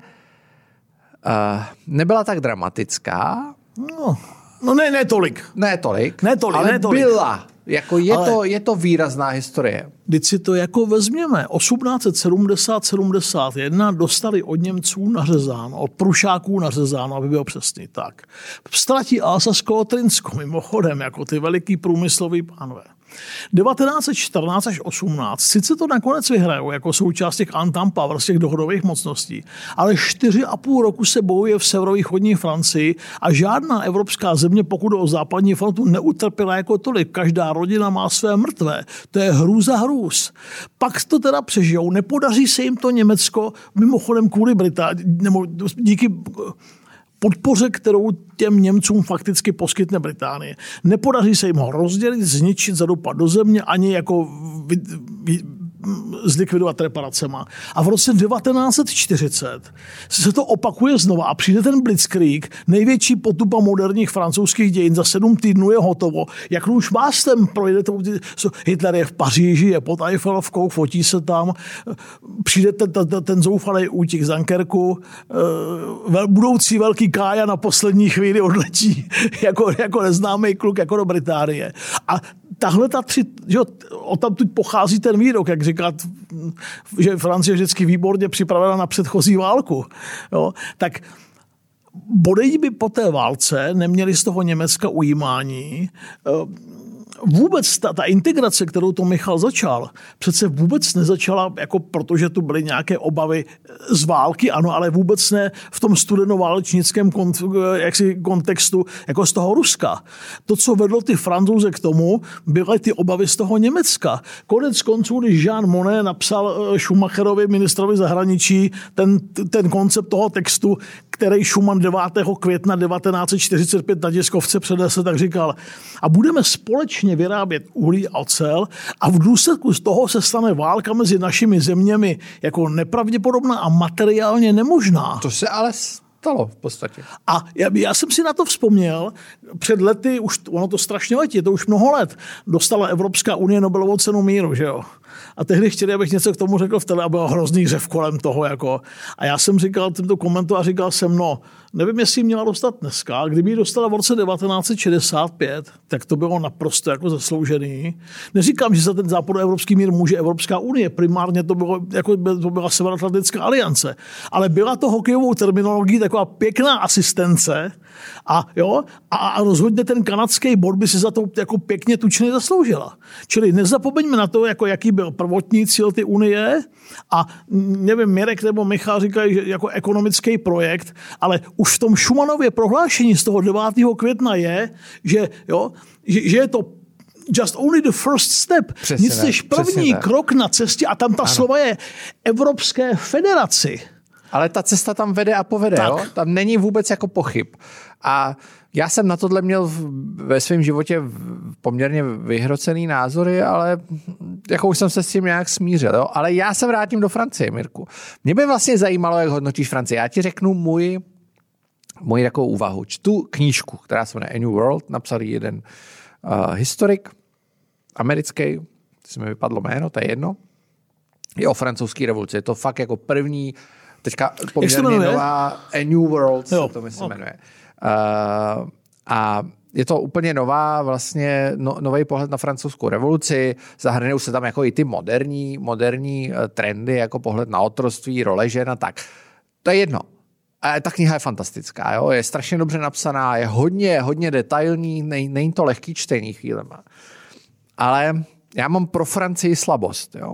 uh, nebyla tak dramatická. No, no ne, ne tolik. Ne tolik, ne tolik ale ne tolik. byla. Jako je, ale to, je to výrazná historie. Když si to jako vezměme, osmnáct set sedmdesát sedmdesát jedna dostali od Němců nařezáno, od Prušáků nařezáno, aby bylo přesný tak. Ztratí Alsasko-Lotrinsko, mimochodem, jako ty veliký průmyslový pánové. devatenáct set čtrnáct až osmnáct sice to nakonec vyhrajou jako součást těch Entente Power, z těch dohodových mocností, ale čtyři a půl roku se bojuje v severovýchodní Francii a žádná evropská země, pokud o západní frontu, neutrpěla jako tolik. Každá rodina má své mrtvé. To je hrůza hrůz. Pak to teda přežijou. Nepodaří se jim to Německo, mimochodem kvůli Británii, nebo díky podpoře, kterou těm Němcům fakticky poskytne Británie. Nepodaří se jim ho rozdělit, zničit, zadopat do země, ani jako vy, vy, zlikvidovat reparacema. A v roce devatenáct set čtyřicet se to opakuje znova a přijde ten Blitzkrieg, největší potupa moderních francouzských dějin, za sedm týdnů je hotovo. Jak už mástem projde to, Hitler je v Paříži, je pod Eiffelovkou, fotí se tam, přijde ten, ten, ten zoufalý útěk z Dunkerku, budoucí velký Kája na poslední chvíli odletí jako, jako neznámý kluk jako do Británie. A tahle ta tři, že odtamtud pochází ten výrok, jak říkat, že Francie je vždycky výborně připravena na předchozí válku. Jo? Tak bodej by po té válce neměli z toho Německa ujímání. vůbec ta, ta integrace, kterou to Michal začal, přece vůbec nezačala, jako protože tu byly nějaké obavy z války, ano, ale vůbec ne v tom studenoválečnickém kont, jaksi kontextu, jako z toho Ruska. To, co vedlo ty Francouze k tomu, byly ty obavy z toho Německa. Konec konců, když Jean Monnet napsal Schumacherovi, ministrovi zahraničí, ten, ten koncept toho textu, který Schumann devátého května devatenáct set čtyřicet pět na tiskovce přednesl, tak říkal, a budeme společně vyrábět uhlí a ocel a v důsledku z toho se stane válka mezi našimi zeměmi jako nepravděpodobná a materiálně nemožná. To se ale stalo v podstatě. A já, já jsem si na to vzpomněl, před lety, už ono to strašně letí, je to už mnoho let, dostala Evropská unie Nobelovu cenu míru, že jo? A tehdy chtěli, abych něco k tomu řekl v tele a byl hrozný řev kolem toho. Jako. A já jsem říkal tento komentu a říkal jsem, no, nevím, jestli ji měla dostat dneska. Kdyby ji dostala v roce devatenáct set šedesát pět, tak to bylo naprosto jako zasloužený. Neříkám, že za ten západoevropský mír může Evropská unie. Primárně to, bylo, jako, to byla Severoatlantická aliance. Ale byla to hokejovou terminologií taková pěkná asistence a, jo, a, a rozhodně ten kanadský bod by si za to jako pěkně tučně zasloužila. Čili nezapomeňme na to, jako jaký byl prvotní cíl ty unie a nevím, Mirek nebo Michal říkají, že jako ekonomický projekt, ale už v tom Schumannově prohlášení z toho devátého května je, že, jo, že, že je to just only the first step. Přesně Nic než první krok na cestě a tam ta ano. slova je Evropské federaci. Ale ta cesta tam vede a povede, jo? Tam není vůbec jako pochyb. A já jsem na tohle měl ve svém životě poměrně vyhrocený názory, ale jako už jsem se s tím nějak smířil. Jo? Ale já se vrátím do Francie, Mirku. Mě by vlastně zajímalo, jak hodnotíš Francii. Já ti řeknu můj, můj takovou úvahu. Čtu knížku, která se jmenuje A New World, napsal jeden uh, historik americký, to se mi vypadlo jméno, to je jedno, je o francouzské revoluci. Je to fakt jako první, teďka poměrně nová A New World, jo, se to myslím okay. jmenuje. Uh, a je to úplně nová vlastně no, nový pohled na francouzskou revoluci. Zahrnují se tam jako i ty moderní, moderní uh, trendy, jako pohled na otroctví, role žen a tak. To je jedno. A ta kniha je fantastická, jo? Je strašně dobře napsaná, je hodně, hodně detailní, nej, není to lehký čtení chvílema. Ale já mám pro Francii slabost, jo?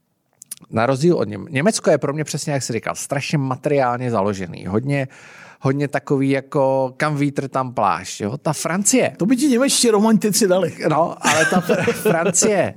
Na rozdíl od Něm- Německo je pro mě přesně, jak jsi říkal, strašně materiálně založený. Hodně, hodně takový jako kam vítr, tam plášť. Jo? Ta Francie. To by ti němečtí romantici dali. No, ale ta Francie,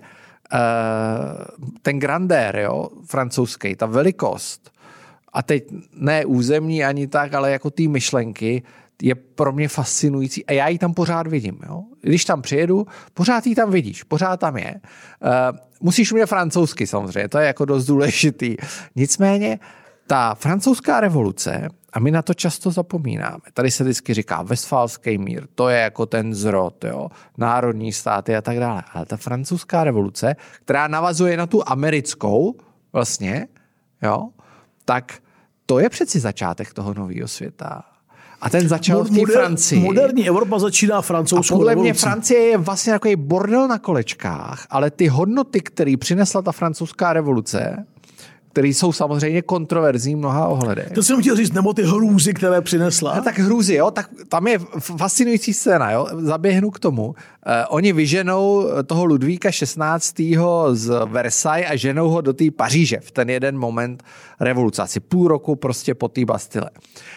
uh, ten grandér, jo, francouzský, ta velikost, a teď ne územní ani tak, ale jako ty myšlenky, je pro mě fascinující a já ji tam pořád vidím. Jo? Když tam přijedu, pořád ji tam vidíš, pořád tam je. Uh, musíš umět francouzsky samozřejmě, to je jako dost důležitý. Nicméně ta francouzská revoluce, a my na to často zapomínáme, tady se vždycky říká Westfálský mír, to je jako ten zrod, jo? Národní státy a tak dále. Ale ta francouzská revoluce, která navazuje na tu americkou vlastně, jo? Tak to je přeci začátek toho nového světa. A ten začal v té Francii. Moderní Evropa začíná francouzskou a podle revoluci. mě Francie je vlastně takový bordel na kolečkách, ale ty hodnoty, které přinesla ta francouzská revoluce, které jsou samozřejmě kontroverzní v mnoha ohledech. To jsem chtěl říct, nebo ty hrůzy, které přinesla. A tak hrůzy, jo, tak tam je fascinující scéna, jo, zaběhnu k tomu. Eh, oni vyženou toho Ludvíka šestnáctého z Versailles a ženou ho do té Paříže v ten jeden moment revoluce, asi půl roku prostě po té Bastille.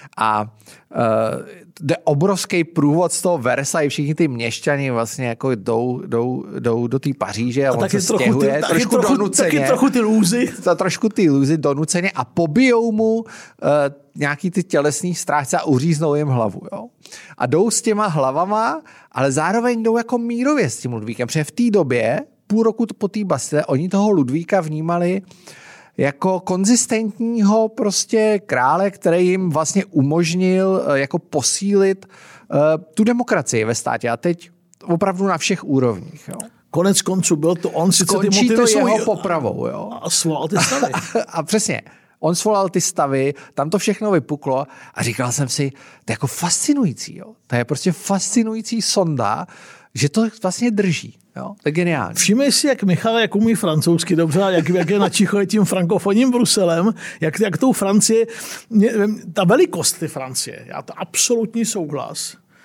A eh, jde obrovský průvod z toho Versailles, všichni ty měšťani vlastně jako jdou, jdou, jdou do té Paříže a, a on se stěhuje ty, trošku trochu, donuceně. Taky trochu ty lůzy. To trošku ty lůzy donuceně a pobijou mu uh, nějaký ty tělesný strážce a uříznou jim hlavu. Jo? A jdou s těma hlavama, ale zároveň jdou jako mírově s tím Ludvíkem, protože v té době, půl roku po té Bastille, oni toho Ludvíka vnímali jako konzistentního prostě krále, který jim vlastně umožnil uh, jako posílit uh, tu demokracii ve státě. A teď opravdu na všech úrovních. Jo? Konec konců byl to on, sice ty motivy to jeho jsou... popravou. Jo? A svolal ty stavy. A přesně. On svolal ty stavy, tam to všechno vypuklo a říkal jsem si, to je jako fascinující. Jo? To je prostě fascinující sonda, že to vlastně drží. Jo? To je geniální. Všimej si, jak Michal, jak umí francouzsky dobře, jak, jak je načichuje tím frankofonním Bruselem, jak, jak tou Francie, ta velikost ty Francie, já to absolutní souhlas.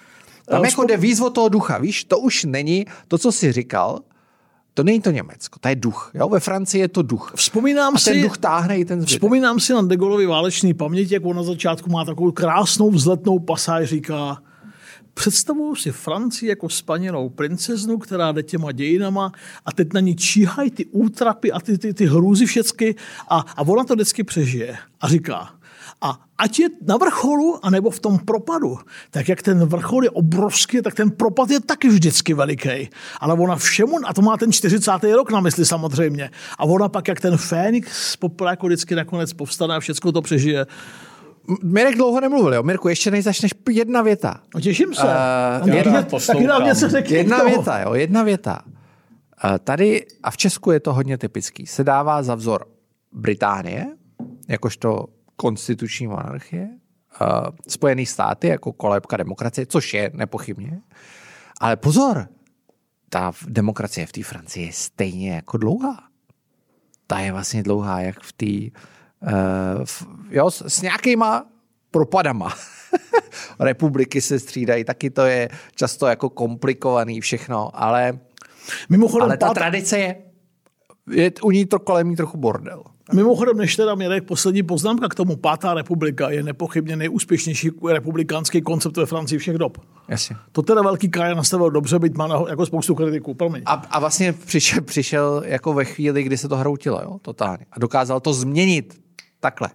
Tam jako jde výzvo toho ducha, víš, to už není to, co jsi říkal, to není to Německo, to je duch. Jo? Ve Francii je to duch. Vzpomínám a ten si, duch táhne i ten zbytek. Vzpomínám si na de Gaulleovy válečný paměť, jak on na začátku má takovou krásnou vzletnou pasáž, říká: představuju si Francii jako spanělou princeznu, která jde těma dějinama a teď na ní číhají ty útrapy a ty, ty, ty hrůzy všecky a, a ona to vždycky přežije. A říká, a ať je na vrcholu, anebo v tom propadu, tak jak ten vrchol je obrovský, tak ten propad je taky vždycky veliký. Ale ona všemu, a to má ten čtyřicátý rok na mysli samozřejmě, a ona pak jak ten Fénix z popela jako vždycky nakonec povstane a všecko to přežije. Mirek dlouho nemluvil, jo? Mirku, ještě než začneš jedna věta. No, těším se. Uh, jedna, taky nám něco řekni. Jedna věta, jo, jedna věta. Uh, tady, a v Česku je to hodně typický, se dává za vzor Británie, jakožto konstituční monarchie, uh, Spojený státy jako kolébka demokracie, což je nepochybně. Ale pozor, ta demokracie v té Francii je stejně jako dlouhá. Ta je vlastně dlouhá, jak v té Uh, jo, s, s nějakýma propadama. Republiky se střídají, taky to je často jako komplikovaný všechno, ale, Mimochodem, ale ta pát... tradice je, je u ní to kolem jí trochu bordel. Mimochodem, než teda Mirek, poslední poznámka k tomu, Pátá republika je nepochybně nejúspěšnější republikánský koncept ve Francii všech dob. Jasně. To teda velký Kaja nastavil dobře, byť má na, jako spoustu kritiků. A, a vlastně přišel, přišel jako ve chvíli, kdy se to hroutilo, jo, totálně. A dokázal to změnit takhle.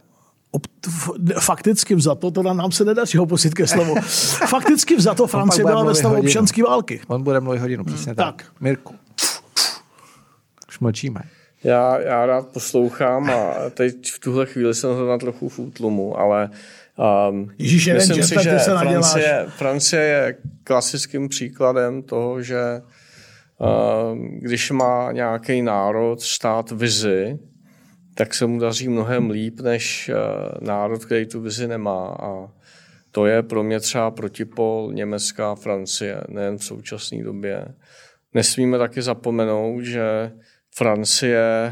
Fakticky vzato, to nám se nedaří ho pustit ke slovu. Fakticky vzato Francie byla ve stavu občanské války. On bude mluvit hodinu, přesně tak. tak. Mirku. Už mlčíme. Já, já rád poslouchám a teď v tuhle chvíli jsem zrovna trochu v útlumu, ale um, Ježíš, myslím jeden, si, že že Francie, Francie je klasickým příkladem toho, že um, když má nějaký národ, stát vizi, tak se mu daří mnohem líp než uh, národ, který tu vizi nemá. A to je pro mě třeba protipol Německa a Francie, nejen v současné době. Nesmíme taky zapomenout, že Francie,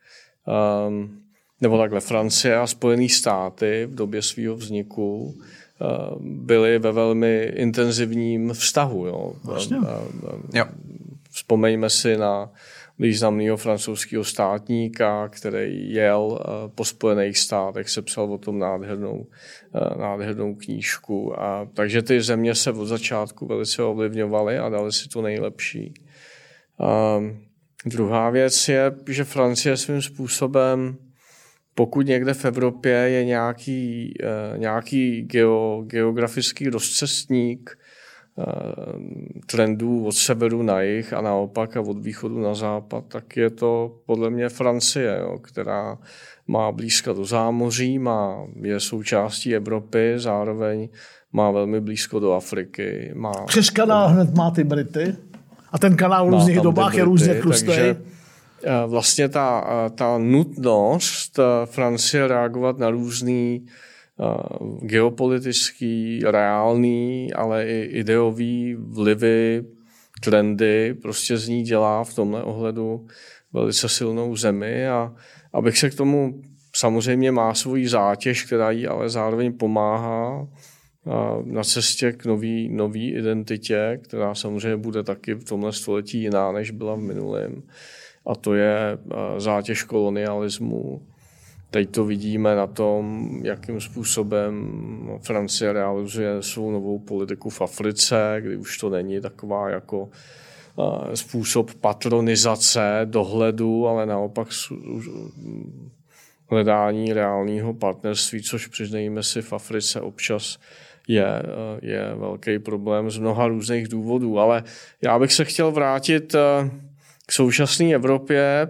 um, nebo takhle Francie a Spojené státy v době svého vzniku uh, byly ve velmi intenzivním vztahu. Jo. Vlastně. Um, um, jo. Vzpomeňme si na významného francouzského státníka, který jel uh, po Spojených státech, sepsal o tom nádhernou, uh, nádhernou knížku. A, takže ty země se od začátku velice ovlivňovaly a dali si to nejlepší. Um, Druhá věc je, že Francie svým způsobem, pokud někde v Evropě je nějaký, eh, nějaký geo, geografický rozcestník eh, trendů od severu na jih a naopak a od východu na západ, tak je to podle mě Francie, jo, která má blízko do zámoří, má, je součástí Evropy, zároveň má velmi blízko do Afriky. Má, Přes kanál hned má ty Brity. A ten kanál v různých dobách Brity, je různě tlustý. Vlastně ta, ta nutnost Francie reagovat na různý geopolitický, reálný, ale i ideový vlivy, trendy, prostě z ní dělá v tomhle ohledu velice silnou zemi. A abych se k tomu, samozřejmě má svoji zátěž, která jí ale zároveň pomáhá na cestě k nový, nový identitě, která samozřejmě bude taky v tomhle století jiná, než byla v minulém. A to je zátěž kolonialismu. Teď to vidíme na tom, jakým způsobem Francie realizuje svou novou politiku v Africe, kdy už to není taková jako způsob patronizace, dohledu, ale naopak hledání reálného partnerství, což přiznejme si v Africe občas je, je velký problém z mnoha různých důvodů. Ale já bych se chtěl vrátit k současné Evropě,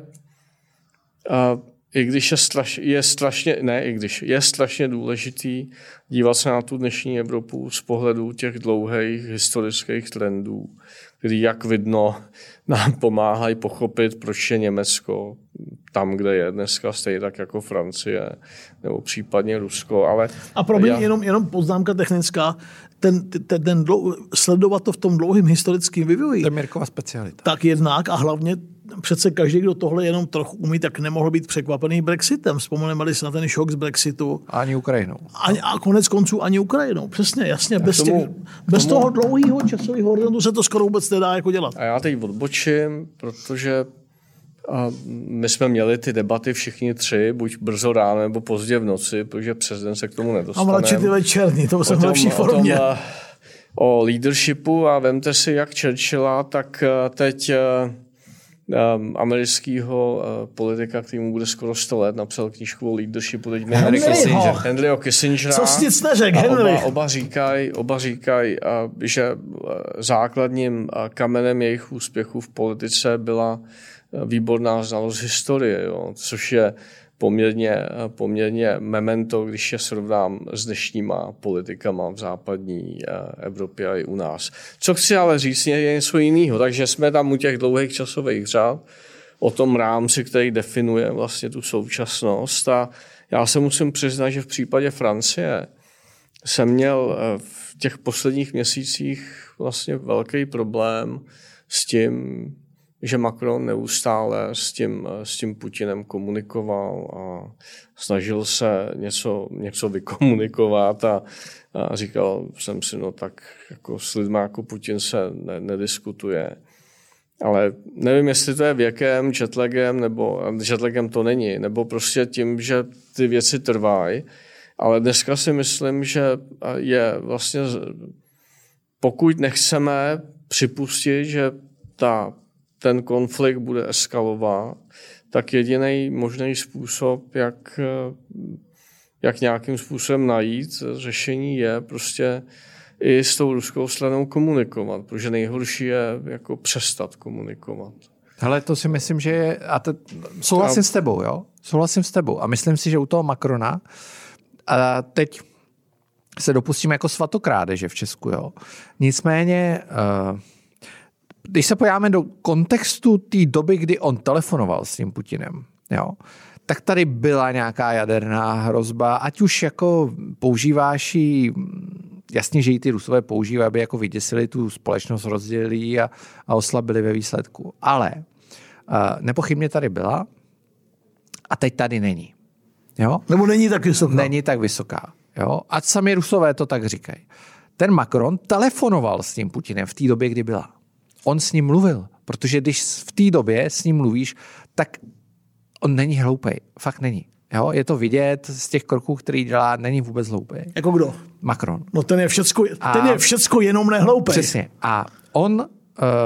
i když je, straš, je strašně, ne, i když je strašně důležitý dívat se na tu dnešní Evropu z pohledu těch dlouhých historických trendů, kdy, jak vidno, nám pomáhají pochopit, proč je Německo tam, kde je dneska, stejně tak jako Francie, nebo případně Rusko. Ale a pro mě já... jenom, jenom poznámka technická, ten, ten, ten dlou, sledovat to v tom dlouhém historickém vývoji. To je Mirkova specialita. Tak jednak a hlavně přece každý, kdo tohle jenom trochu umí, tak nemohl být překvapený Brexitem. Vzpomeneme si na ten šok z Brexitu. Ani Ukrajinou. Ani, a konec konců ani Ukrajinou. Přesně, jasně. Bez, tomu, těch, bez tomu... toho dlouhého časového horizontu se to skoro vůbec nedá jako dělat. A já teď odbočím, protože a my jsme měli ty debaty všichni tři, buď brzo ráno nebo pozdě v noci, protože přes den se k tomu nedostaneme. A radši ty večerní, to jsem v lepší formě. O, o leadershipu a vemte si jak Churchilla, tak teď um, amerického uh, politika, který mu bude skoro sto let, napsal knížku o leadershipu, teď mi Henry Kissinger. Henryho Kissingera. Co jsi nic neřekl, Henry? Oba, oba říkají, oba říkaj, uh, že základním uh, kamenem jejich úspěchů v politice byla výborná znalost historie, jo, což je poměrně, poměrně memento, když je srovnám s dnešníma politikama v západní Evropě a i u nás. Co chci ale říct, je něco jiného, takže jsme tam u těch dlouhých časových řad, o tom rámci, který definuje vlastně tu současnost a já se musím přiznat, že v případě Francie jsem měl v těch posledních měsících vlastně velký problém s tím, že Macron neustále s tím, s tím Putinem komunikoval a snažil se něco, něco vykomunikovat a, a říkal jsem si, no tak jako s lidmi jako Putin se ne, nediskutuje. Ale nevím, jestli to je věkem, jetlagem, nebo jetlagem to není, nebo prostě tím, že ty věci trvají. Ale dneska si myslím, že je vlastně, pokud nechceme připustit, že ta ten konflikt bude eskalovat, tak jediný možný způsob, jak, jak nějakým způsobem najít řešení, je prostě i s tou ruskou stranou komunikovat, protože nejhorší je jako přestat komunikovat. Hele, to si myslím, že je... A te, souhlasím a... s tebou, jo? Souhlasím s tebou. A myslím si, že u toho Macrona a teď se dopustíme jako svatokrádeže v Česku, jo? Nicméně... Uh, Když se podíváme do kontextu té doby, kdy on telefonoval s tím Putinem, jo, tak tady byla nějaká jaderná hrozba, ať už jako používáš ji, jasně, že ji ty Rusové používají, aby jako vyděsili tu společnost, rozdělili a, a oslabili ve výsledku. Ale uh, nepochybně tady byla a teď tady není. Jo? Nebo není tak vysoká. Není tak vysoká. Jo? A sami Rusové to tak říkají. Ten Macron telefonoval s tím Putinem v té době, kdy byla. On s ním mluvil, protože když v té době s ním mluvíš, tak on není hloupej. Fakt není. Jo? Je to vidět z těch kroků, který dělá, není vůbec hloupej. Jako kdo? Macron. No ten je všecko, ten je všecko jenom nehloupej. Přesně. A on uh,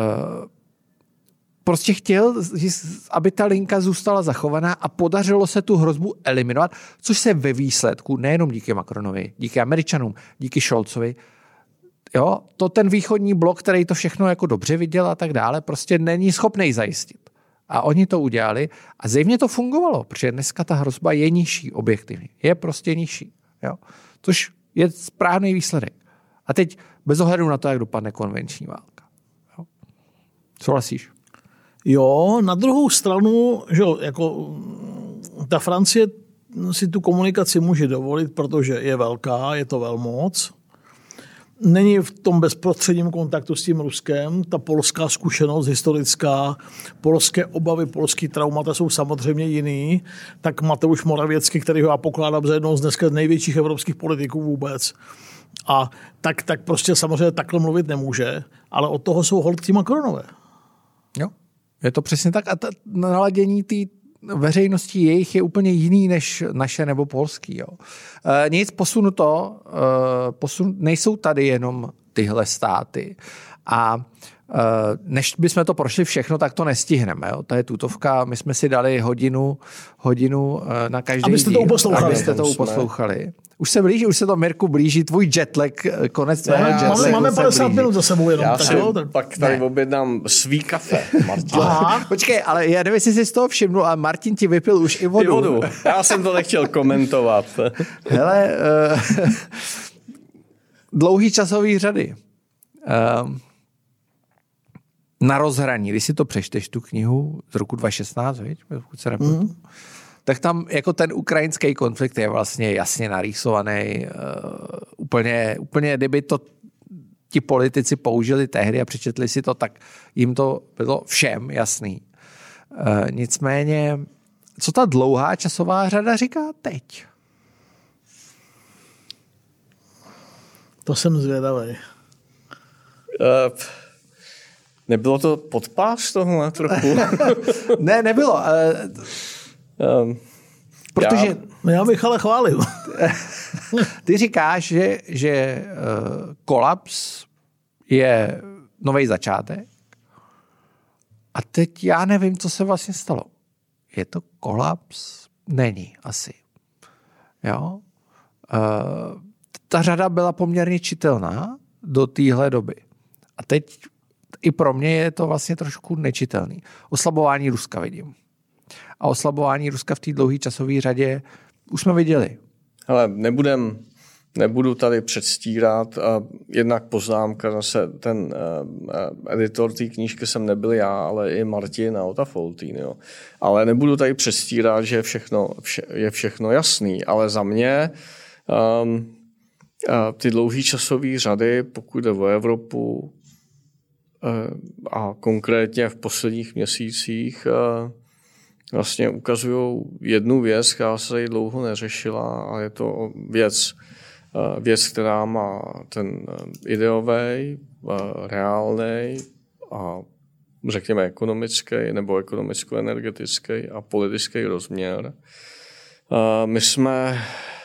prostě chtěl, aby ta linka zůstala zachovaná a podařilo se tu hrozbu eliminovat, což se ve výsledku, nejenom díky Macronovi, díky Američanům, díky Scholzovi, jo, to ten východní blok, který to všechno jako dobře viděl a tak dále, prostě není schopný zajistit. A oni to udělali a zjevně to fungovalo, protože dneska ta hrozba je nižší objektivně. Je prostě nižší. Jo. Což je správný výsledek. A teď bez ohledu na to, jak dopadne konvenční válka. Jo. Souhlasíš? Jo, na druhou stranu, že jako ta Francie si tu komunikaci může dovolit, protože je velká, je to velmoc. Není v tom bezprostředním kontaktu s tím Ruskem. Ta polská zkušenost historická, polské obavy, polský traumata jsou samozřejmě jiný. Tak Mateusz Morawiecki, který ho já pokládám za jednoho z dneska největších evropských politiků vůbec. A tak, tak prostě samozřejmě takhle mluvit nemůže, ale od toho jsou holt ti Macronové. Jo, je to přesně tak. A ta naladění té veřejnosti jejich je úplně jiný než naše nebo polský. Jo. E, nic posunuto, e, posun, nejsou tady jenom tyhle státy. A e, než bychom to prošli všechno, tak to nestihneme. Jo. To je tutovka, my jsme si dali hodinu, hodinu na každý abyste díl, to uposlouchali. Abyste to uposlouchali. Už se blíží, už se to, Mirku, blíží tvůj jetlag, konec tvého jetlagu. Máme padesát minut za sebou jenom. Já tak si jo, tak... pak tady ne. objednám svý kafe, Martin. Počkej, ale já nevím, jestli jsi z toho všimnul, a Martin ti vypil už i vodu. I vodu. Já jsem to nechtěl komentovat. Hele, uh, dlouhý časový řady. Uh, na rozhraní, když si to přečteš, tu knihu z roku dva tisíce šestnáct, viď? Pokud se nepletu, mm. tak tam jako ten ukrajinský konflikt je vlastně jasně narýsovaný. Uh, úplně, úplně, kdyby to ti politici použili tehdy a přečetli si to, tak jim to bylo všem jasný. Nicméně, co ta dlouhá časová řada říká teď? To jsem zvědavý. Uh, nebylo to podpás tohle trochu? Ne, nebylo. Uh, um, protože... Já, no já bych ale chválil. Ty říkáš, že, že uh, kolaps je nový začátek. A teď já nevím, co se vlastně stalo. Je to kolaps? Není asi. Jo? Uh, ta řada byla poměrně čitelná do téhle doby. A teď i pro mě je to vlastně trošku nečitelný. Oslabování Ruska vidím. A oslabování Ruska v té dlouhé časové řadě už jsme viděli. Ale nebudem, nebudu tady předstírat. Jednak poznámka, zase ten uh, editor té knížky jsem nebyl já, ale i Martin a Ota Foltín. Jo. Ale nebudu tady předstírat, že je všechno, vše, je všechno jasný. Ale za mě um, ty dlouhé časové řady, pokud jde o Evropu a konkrétně v posledních měsících, vlastně ukazují jednu věc, která se tady dlouho neřešila, a je to věc, věc, která má ten ideový, reálný a řekněme ekonomický nebo ekonomicko-energetický a politický rozměr. My jsme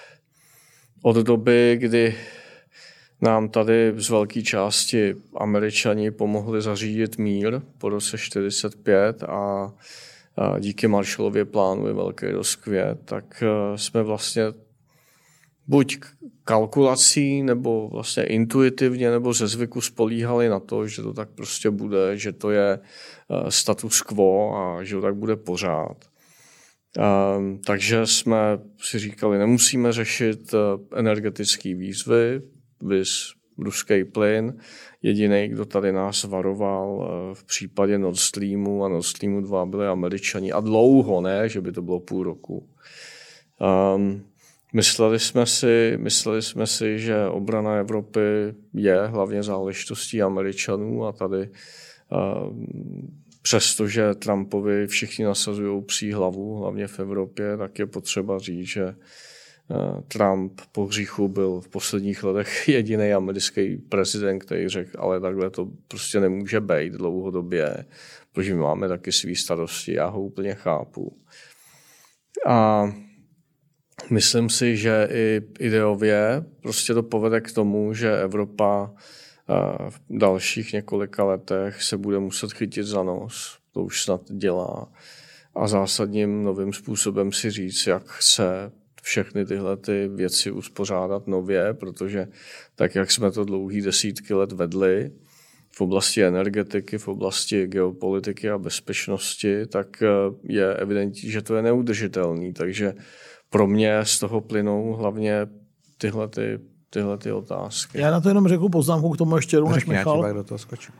od doby, kdy nám tady z velké části Američani pomohli zařídit mír po roce čtyřicet pět a, a díky Marshallově plánu je velký rozkvět, tak jsme vlastně buď kalkulací nebo vlastně intuitivně nebo ze zvyku spolíhali na to, že to tak prostě bude, že to je status quo a že to tak bude pořád. Um, takže jsme si říkali, nemusíme řešit uh, energetické výzvy, viz ruský plyn. Jediný, kdo tady nás varoval uh, v případě Nord Streamu a Nord Streamu dva byli Američani. A dlouho, ne, že by to bylo půl roku. Um, mysleli jsme si, mysleli jsme si, že obrana Evropy je hlavně záležitostí Američanů a tady uh, přestože Trumpovi všichni nasazují psí hlavu, hlavně v Evropě, tak je potřeba říct, že Trump po hříchu byl v posledních letech jediný americký prezident, který řekl, ale takhle to prostě nemůže být dlouhodobě, protože my máme taky svý starosti, já ho úplně chápu. A myslím si, že i ideově prostě to povede k tomu, že Evropa v dalších několika letech se bude muset chytit za nos, to už snad dělá, a zásadním novým způsobem si říct, jak chce všechny tyhle ty věci uspořádat nově, protože tak, jak jsme to dlouhý desítky let vedli v oblasti energetiky, v oblasti geopolitiky a bezpečnosti, tak je evidentní, že to je neudržitelný. Takže pro mě z toho plynou hlavně tyhle ty tyhle ty otázky. Já na to jenom řeknu poznámku k tomu ještě jednou, než Michal. Do toho skočím.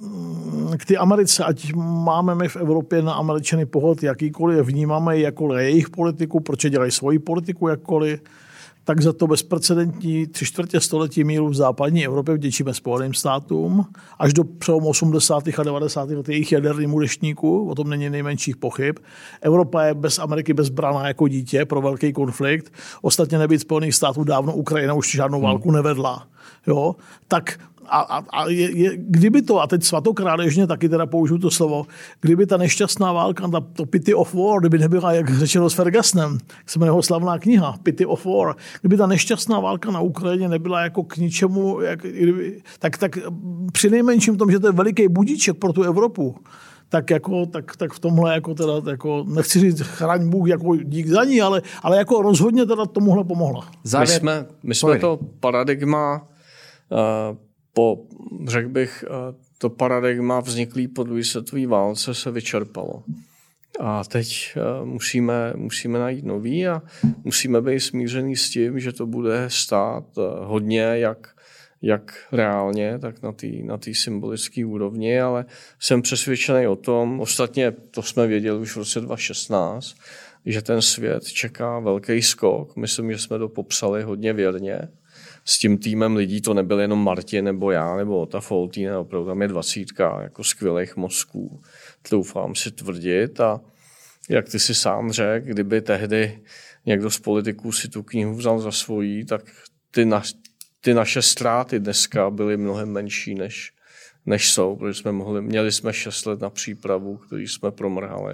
K ty Americe, ať máme my v Evropě na Američany pohled jakýkoliv, vnímáme jakkoliv jejich politiku, proč dělají svoji politiku jakkoliv, tak za to bezprecedentní tři čtvrtě století míru v západní Evropě vděčíme Spojeným státům. Až do přelomu osmdesátých a devadesátých let jejich jaderným deštníků, o tom není nejmenších pochyb. Evropa je bez Ameriky bezbraná jako dítě pro velký konflikt. Ostatně nebýt Spojených států dávno Ukrajina už žádnou válku hmm. nevedla. Jo? Tak a, a, a je, je, kdyby to, a teď svatokrádežně taky teda použiju to slovo, kdyby ta nešťastná válka, ta, to Pity of War, kdyby nebyla, jak řečeno s Fergusonem, jak se jmenuje jeho slavná kniha, Pity of War, kdyby ta nešťastná válka na Ukrajině nebyla jako k ničemu, jak, kdyby, tak, tak přinejmenším v tom, že to je veliký budíček pro tu Evropu, tak, jako, tak, tak v tomhle jako teda, jako, nechci říct chraň Bůh jako dík za ní, ale, ale jako rozhodně teda tomuhle pomohla. My jsme, my jsme to paradigma uh, po, řekl bych, to paradigma vzniklý po druhé světové válce se vyčerpalo. A teď musíme, musíme najít nový a musíme být smířený s tím, že to bude stát hodně jak, jak reálně, tak na té na té symbolické úrovni, ale jsem přesvědčený o tom, ostatně to jsme věděli už v roce dva tisíce šestnáct, že ten svět čeká velký skok. Myslím, že jsme to popsali hodně věrně. s tím týmem lidí, to nebyl jenom Martin nebo já, nebo Ota Foltýn, opravdu tam je dvacítka jako skvělých mozků, doufám si tvrdit. A jak ty si sám řekl, kdyby tehdy někdo z politiků si tu knihu vzal za svojí, tak ty, na, ty naše ztráty dneska byly mnohem menší, než, než jsou, protože jsme mohli, měli jsme šest let na přípravu, který jsme promrhali.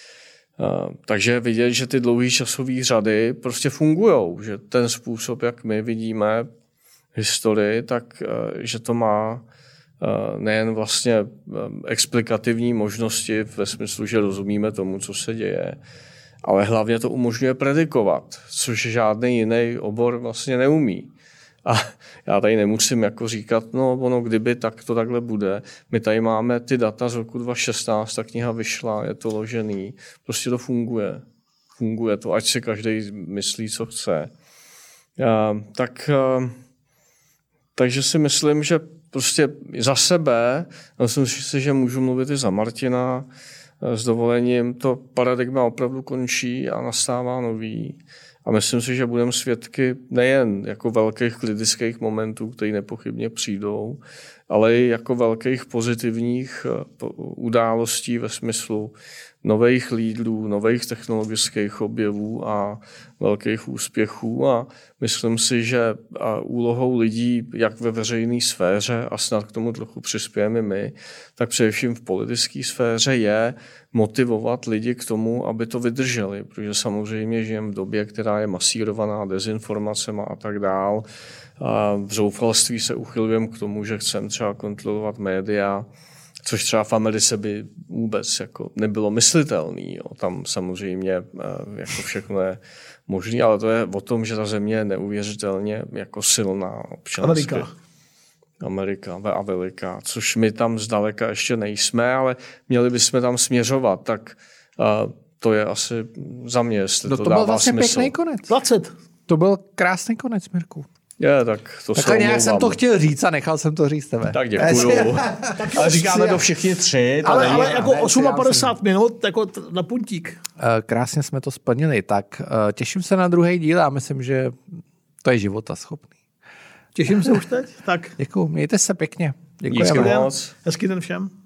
Uh, takže vidět, že ty dlouhé časové řady prostě fungujou, že ten způsob, jak my vidíme historii, tak uh, že to má uh, nejen vlastně um, explikativní možnosti ve smyslu, že rozumíme tomu, co se děje, ale hlavně to umožňuje predikovat, což žádný jiný obor vlastně neumí. A já tady nemusím jako říkat, no ono kdyby, tak to takhle bude. My tady máme ty data z roku dva tisíce šestnáct, ta kniha vyšla, je to ložený. Prostě to funguje. Funguje to, ať si každý myslí, co chce. A, tak, a, takže si myslím, že prostě za sebe, myslím si, že můžu mluvit i za Martina, s dovolením, to paradigma opravdu končí a nastává nový. A myslím si, že budeme svědky nejen jako velkých kritických momentů, které nepochybně přijdou, ale i jako velkých pozitivních událostí ve smyslu nových lídrů, nových technologických objevů a velkých úspěchů. A myslím si, že úlohou lidí, jak ve veřejné sféře, a snad k tomu trochu přispějeme my, tak především v politické sféře je motivovat lidi k tomu, aby to vydrželi, protože samozřejmě žijeme v době, která je masírovaná dezinformacemi a tak dál. A v zoufalství se uchylujeme k tomu, že chceme třeba kontrolovat média, což třeba v Americe by vůbec jako nebylo myslitelný. Jo. Tam samozřejmě jako všechno je možné, ale to je o tom, že ta země je neuvěřitelně jako silná občansky. Amerika. Amerika a veliká, což my tam zdaleka ještě nejsme, ale měli bychom tam směřovat, tak uh, to je asi za mě, jestli no to, to dává byl vlastně smysl. Pěkný konec. dvacet. To byl krásný konec, Mirku. Je, tak to Takhle nějak jsem to chtěl říct a nechal jsem to říct tebe. Tak děkuju. Ale říkáme to všichni tři. Ale, ale je, jako ne, padesát osm minut, jako na puntík. Krásně jsme to splnili, tak těším se na druhý díl a myslím, že to je životaschopný. Těším se už teď. Tak. Děkuju, mějte se pěkně. Děkujeme. Hezký den všem.